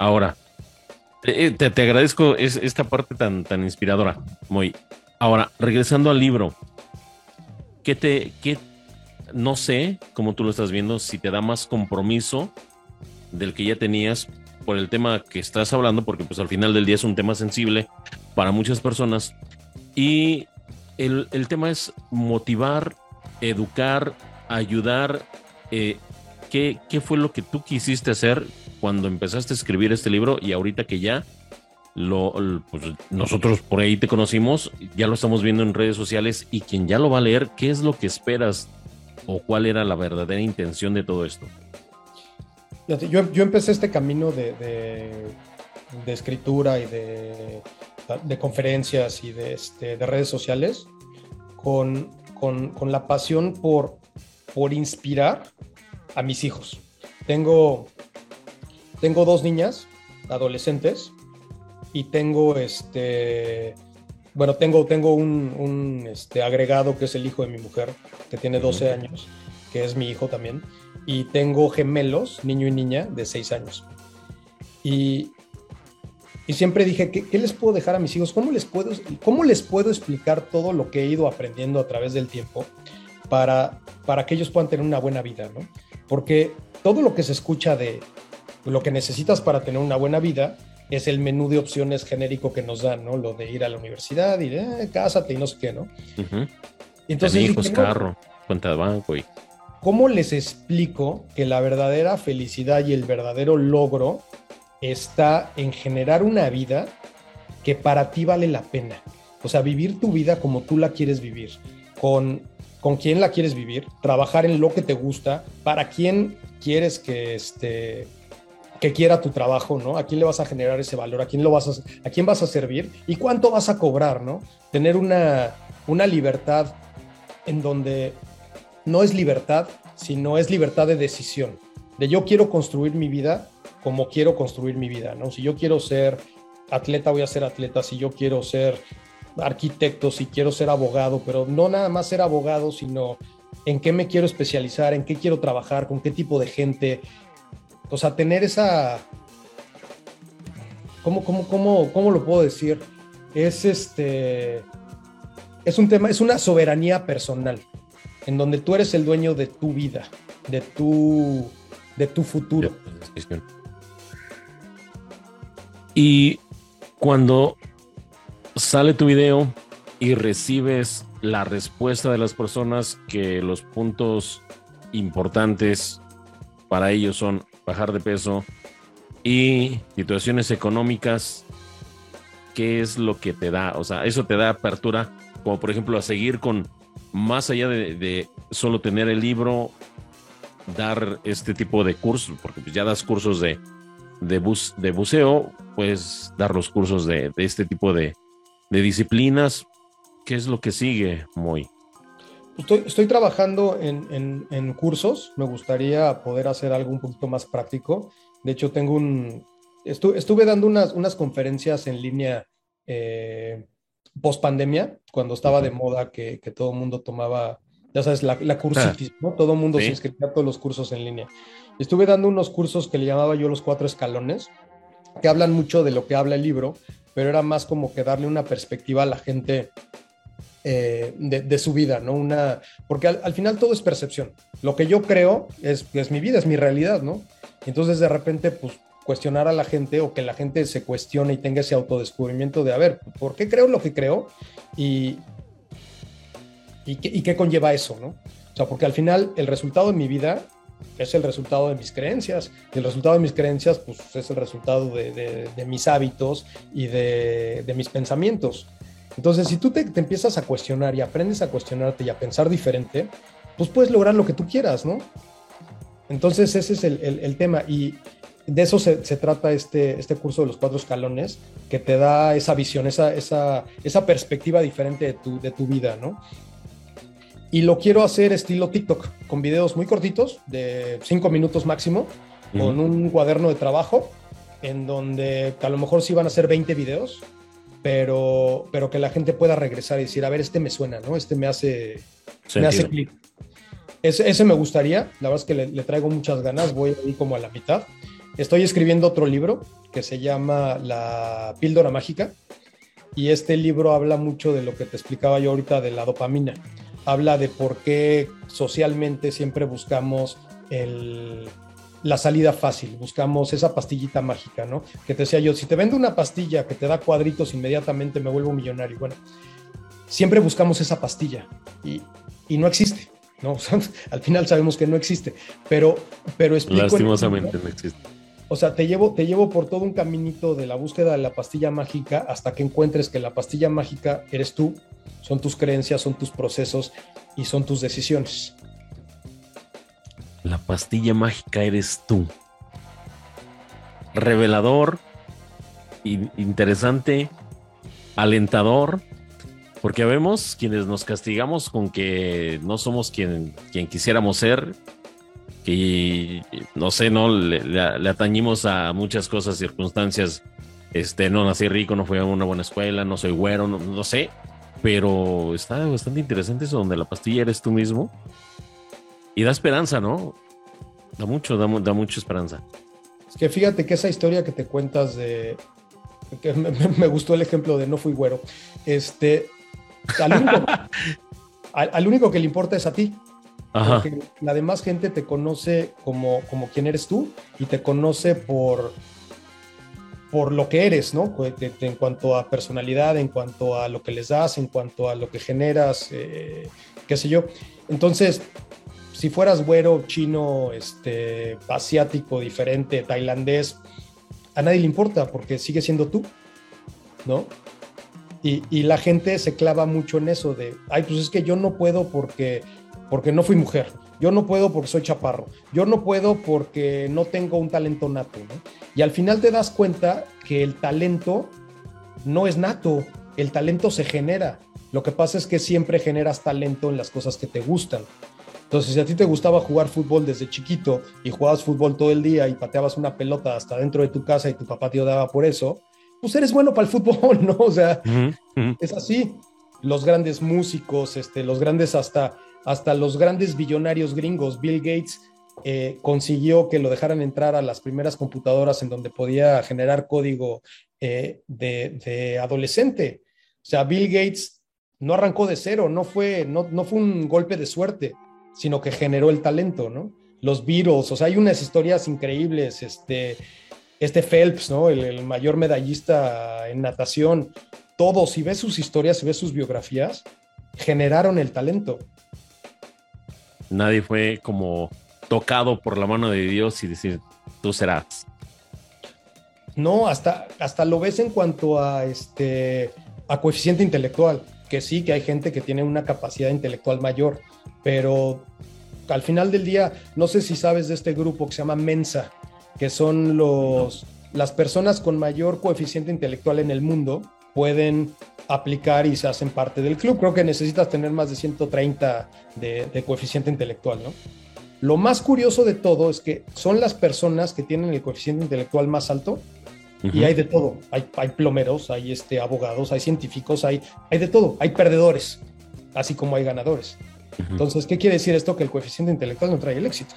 Speaker 1: Ahora, te agradezco esta parte tan inspiradora, muy. Ahora, regresando al libro, ¿qué no sé, cómo tú lo estás viendo, si te da más compromiso del que ya tenías por el tema que estás hablando, porque pues al final del día es un tema sensible para muchas personas, y el tema es motivar, educar, ayudar. ¿Qué fue lo que tú quisiste hacer cuando empezaste a escribir este libro y ahorita que ya pues nosotros por ahí te conocimos, ya lo estamos viendo en redes sociales y quien ya lo va a leer, ¿qué es lo que esperas o cuál era la verdadera intención de todo esto?
Speaker 2: Fíjate, yo empecé este camino de escritura y de conferencias y de redes sociales con la pasión por inspirar a mis hijos. Tengo dos niñas adolescentes y tengo un agregado que es el hijo de mi mujer, que tiene 12 años, que es mi hijo también, y tengo gemelos, niño y niña, de 6 años. Y siempre dije, ¿qué les puedo dejar a mis hijos? ¿Cómo les puedo explicar todo lo que he ido aprendiendo a través del tiempo para que ellos puedan tener una buena vida, ¿no? Porque todo lo que se escucha de lo que necesitas para tener una buena vida es el menú de opciones genérico que nos dan, ¿no? Lo de ir a la universidad y cásate y no sé qué, ¿no?
Speaker 1: Uh-huh.
Speaker 2: Entonces,
Speaker 1: hijos, carro, cuenta de banco y...
Speaker 2: ¿Cómo les explico que la verdadera felicidad y el verdadero logro está en generar una vida que para ti vale la pena? O sea, vivir tu vida como tú la quieres vivir, con quién la quieres vivir, trabajar en lo que te gusta, para quién quieres que quiera tu trabajo, ¿no? ¿A quién le vas a generar ese valor? ¿A quién vas a servir? ¿Y cuánto vas a cobrar, ¿no? Tener una libertad en donde no es libertad, sino es libertad de decisión. De yo quiero construir mi vida como quiero construir mi vida, ¿no? Si yo quiero ser atleta, voy a ser atleta. Si yo quiero ser arquitecto, si quiero ser abogado, pero no nada más ser abogado, sino en qué me quiero especializar, en qué quiero trabajar, con qué tipo de gente. O sea, tener esa... ¿Cómo lo puedo decir? Es un tema, es una soberanía personal, en donde tú eres el dueño de tu vida, de tu futuro.
Speaker 1: Y cuando sale tu video y recibes la respuesta de las personas que los puntos importantes para ellos son bajar de peso y situaciones económicas, ¿qué es lo que te da? O sea, eso te da apertura, como por ejemplo a seguir con, más allá de solo tener el libro, dar este tipo de cursos, porque pues ya das cursos de buceo, pues dar los cursos de este tipo de disciplinas. ¿Qué es lo que sigue, Moy?
Speaker 2: Estoy trabajando en cursos. Me gustaría poder hacer algo un poquito más práctico. De hecho, estuve dando unas conferencias en línea post pandemia, cuando estaba de moda que todo el mundo tomaba, ya sabes, la cursitis, ¿no? Todo el mundo se inscribía a todos los cursos en línea. Estuve dando unos cursos que le llamaba yo los 4 escalones, que hablan mucho de lo que habla el libro, pero era más como que darle una perspectiva a la gente de su vida, ¿no? Porque al final todo es percepción. Lo que yo creo es mi vida, es mi realidad, ¿no? Entonces de repente, pues, cuestionar a la gente, o que la gente se cuestione y tenga ese autodescubrimiento de, a ver, ¿por qué creo lo que creo? ¿Y qué conlleva eso, ¿no? O sea, porque al final el resultado de mi vida es el resultado de mis creencias, y el resultado de mis creencias, pues, es el resultado de mis hábitos y de mis pensamientos. Entonces, si tú te empiezas a cuestionar y aprendes a cuestionarte y a pensar diferente, pues puedes lograr lo que tú quieras, ¿no? Entonces, ese es el tema, y de eso se trata este curso de los 4 escalones, que te da esa visión, esa perspectiva diferente de tu vida, ¿no? Y lo quiero hacer estilo TikTok, con videos muy cortitos, de 5 minutos máximo, con un cuaderno de trabajo, en donde a lo mejor sí van a ser 20 videos, pero que la gente pueda regresar y decir, a ver, este me suena, ¿no? Este me hace clic. Ese me gustaría, la verdad es que le traigo muchas ganas, voy ahí como a la mitad, Estoy escribiendo otro libro que se llama La Píldora Mágica, y este libro habla mucho de lo que te explicaba yo ahorita de la dopamina. Habla de por qué socialmente siempre buscamos la salida fácil, buscamos esa pastillita mágica, ¿no? Que te decía yo, si te vendo una pastilla que te da cuadritos, inmediatamente me vuelvo millonario. Bueno, siempre buscamos esa pastilla y no existe, ¿no? O sea, al final sabemos que no existe, pero explico.
Speaker 1: Lastimosamente no existe.
Speaker 2: O sea, te llevo por todo un caminito de la búsqueda de la pastilla mágica hasta que encuentres que la pastilla mágica eres tú, son tus creencias, son tus procesos y son tus decisiones.
Speaker 1: La pastilla mágica eres tú. Revelador, interesante, alentador, porque vemos quienes nos castigamos con que no somos quien quisiéramos ser, que no sé, no le atañimos a muchas cosas, circunstancias. No nací rico, no fui a una buena escuela, no soy güero, no sé, pero está bastante interesante eso, donde la pastilla eres tú mismo y da esperanza, ¿no? Da mucha esperanza.
Speaker 2: Es que fíjate que esa historia que te cuentas que me gustó el ejemplo de no fui güero, al único que le importa es a ti.
Speaker 1: Ajá.
Speaker 2: Porque la demás gente te conoce como quien eres tú y te conoce por lo que eres, ¿no? En cuanto a personalidad, en cuanto a lo que les das, en cuanto a lo que generas, qué sé yo. Entonces, si fueras güero, chino, asiático, diferente, tailandés, a nadie le importa porque sigue siendo tú, ¿no? Y la gente se clava mucho en eso de, ay, pues es que yo no puedo porque no fui mujer, yo no puedo porque soy chaparro, yo no puedo porque no tengo un talento nato, ¿no? Y al final te das cuenta que el talento no es nato, el talento se genera. Lo que pasa es que siempre generas talento en las cosas que te gustan. Entonces, si a ti te gustaba jugar fútbol desde chiquito y jugabas fútbol todo el día y pateabas una pelota hasta dentro de tu casa y tu papá te daba por eso, pues eres bueno para el fútbol, ¿no? O sea, es así. Los grandes músicos, los grandes hasta los grandes billonarios gringos, Bill Gates consiguió que lo dejaran entrar a las primeras computadoras en donde podía generar código de adolescente. O sea, Bill Gates no arrancó de cero, no fue un golpe de suerte, sino que generó el talento, ¿no? Los Beatles, o sea, hay unas historias increíbles, Phelps, ¿no? El mayor medallista en natación. Todos, si ves sus historias, si ves sus biografías, generaron el talento.
Speaker 1: Nadie fue como tocado por la mano de Dios y decir, tú serás.
Speaker 2: No, hasta lo ves en cuanto a coeficiente intelectual, que sí, que hay gente que tiene una capacidad intelectual mayor, pero al final del día, no sé si sabes de este grupo que se llama Mensa, que son las personas con mayor coeficiente intelectual en el mundo, pueden aplicar y se hacen parte del club. Creo que necesitas tener más de 130 de coeficiente intelectual, ¿no? Lo más curioso de todo es que son las personas que tienen el coeficiente intelectual más alto y hay de todo. Hay plomeros, hay abogados, hay científicos, hay de todo. Hay perdedores, así como hay ganadores. Entonces, ¿qué quiere decir esto? Que el coeficiente intelectual no trae el éxito.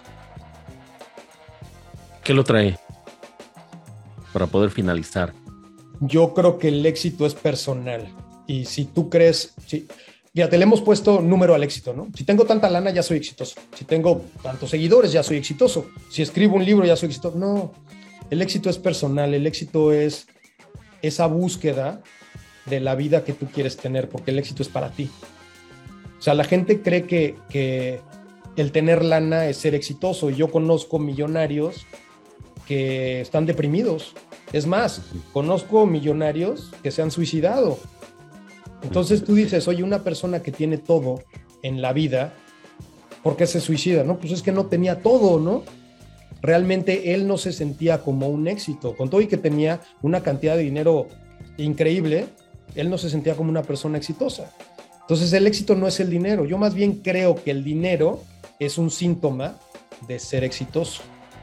Speaker 1: ¿Qué lo trae? Para poder finalizar.
Speaker 2: Yo creo que el éxito es personal. Y si tú crees... Fíjate, le hemos puesto número al éxito, ¿no? Si tengo tanta lana, ya soy exitoso. Si tengo tantos seguidores, ya soy exitoso. Si escribo un libro, ya soy exitoso. No, el éxito es personal. El éxito es esa búsqueda de la vida que tú quieres tener, porque el éxito es para ti. O sea, la gente cree que el tener lana es ser exitoso. Y yo conozco millonarios que están deprimidos. Es más, conozco millonarios que se han suicidado. Entonces tú dices, oye, una persona que tiene todo en la vida, ¿por qué se suicida? No, pues es que no tenía todo, ¿no? Realmente él no se sentía como un éxito. Con todo y que tenía una cantidad de dinero increíble, él no se sentía como una persona exitosa. Entonces el éxito no es el dinero. Yo más bien creo que el dinero es un síntoma de ser exitoso.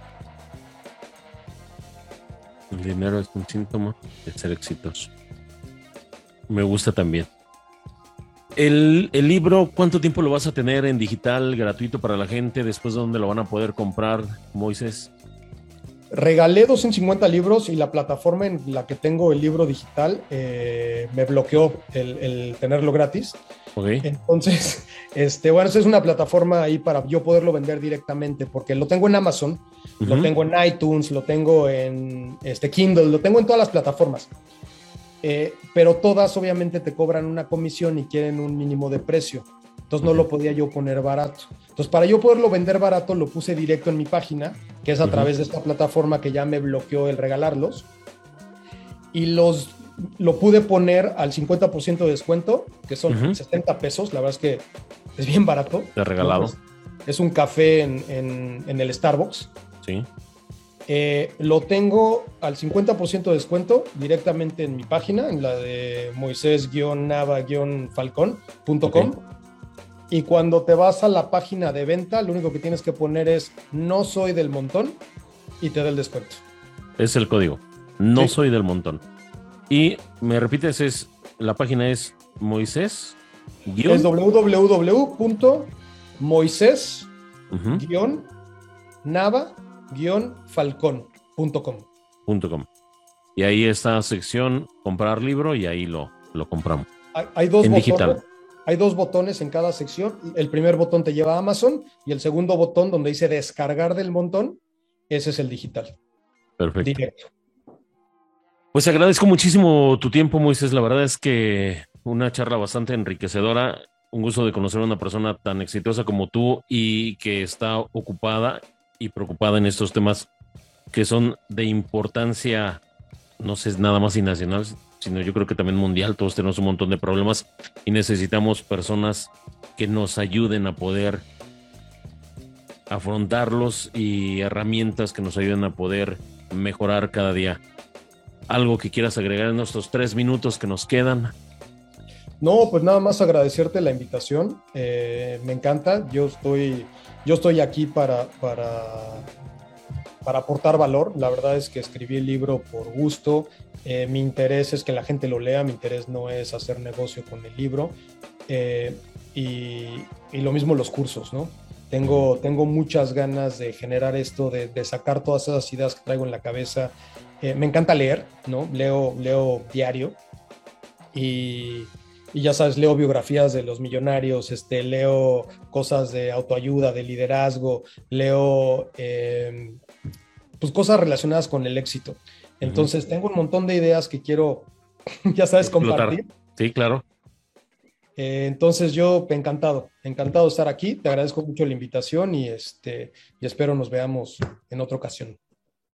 Speaker 1: El dinero es un síntoma de ser exitoso. Me gusta también. El libro, ¿cuánto tiempo lo vas a tener en digital, gratuito para la gente? ¿Después de dónde lo van a poder comprar, Moisés?
Speaker 2: Regalé 250 libros y la plataforma en la que tengo el libro digital me bloqueó el tenerlo gratis.
Speaker 1: Ok.
Speaker 2: Entonces, bueno, esa es una plataforma ahí para yo poderlo vender directamente, porque lo tengo en Amazon, lo tengo en iTunes, lo tengo en Kindle, lo tengo en todas las plataformas. Pero todas obviamente te cobran una comisión y quieren un mínimo de precio. Entonces no lo podía yo poner barato. Entonces para yo poderlo vender barato lo puse directo en mi página, que es a través de esta plataforma que ya me bloqueó el regalarlos. Y lo pude poner al 50% de descuento, que son 70 pesos. La verdad es que es bien barato.
Speaker 1: De regalado.
Speaker 2: ¿No? Es un café en el Starbucks.
Speaker 1: Sí.
Speaker 2: Lo tengo al 50% de descuento directamente en mi página, en la de moisés-nava-falcón.com. Okay. Y cuando te vas a la página de venta, lo único que tienes que poner es no soy del montón y te da el descuento.
Speaker 1: Es el código. No soy del montón. Y me repites, la página es Moisés.
Speaker 2: Es www.moises-nava-falcón.com.
Speaker 1: Y ahí está sección comprar libro y ahí lo compramos.
Speaker 2: Hay dos botones.
Speaker 1: Digital.
Speaker 2: Hay dos botones en cada sección. El primer botón te lleva a Amazon y el segundo botón donde dice descargar del montón, ese es el digital.
Speaker 1: Perfecto.
Speaker 2: Directo.
Speaker 1: Pues agradezco muchísimo tu tiempo, Moisés. La verdad es que una charla bastante enriquecedora. Un gusto de conocer a una persona tan exitosa como tú y que está ocupada y preocupada en estos temas que son de importancia, no sé, nada más y nacional, sino yo creo que también mundial. Todos tenemos un montón de problemas y necesitamos personas que nos ayuden a poder afrontarlos y herramientas que nos ayuden a poder mejorar cada día. ¿Algo que quieras agregar en estos 3 minutos que nos quedan?
Speaker 2: No, pues nada más agradecerte la invitación. Me encanta. Yo estoy aquí para aportar valor. La verdad es que escribí el libro por gusto. Mi interés es que la gente lo lea. Mi interés no es hacer negocio con el libro. Y lo mismo los cursos, ¿no? Tengo muchas ganas de generar esto, de sacar todas esas ideas que traigo en la cabeza. Me encanta leer, ¿no? Leo diario y ya sabes, leo biografías de los millonarios, leo cosas de autoayuda, de liderazgo, leo pues cosas relacionadas con el éxito. Entonces tengo un montón de ideas que quiero, ya sabes, compartir.
Speaker 1: Sí, claro.
Speaker 2: Entonces yo encantado de estar aquí. Te agradezco mucho la invitación y espero nos veamos en otra ocasión.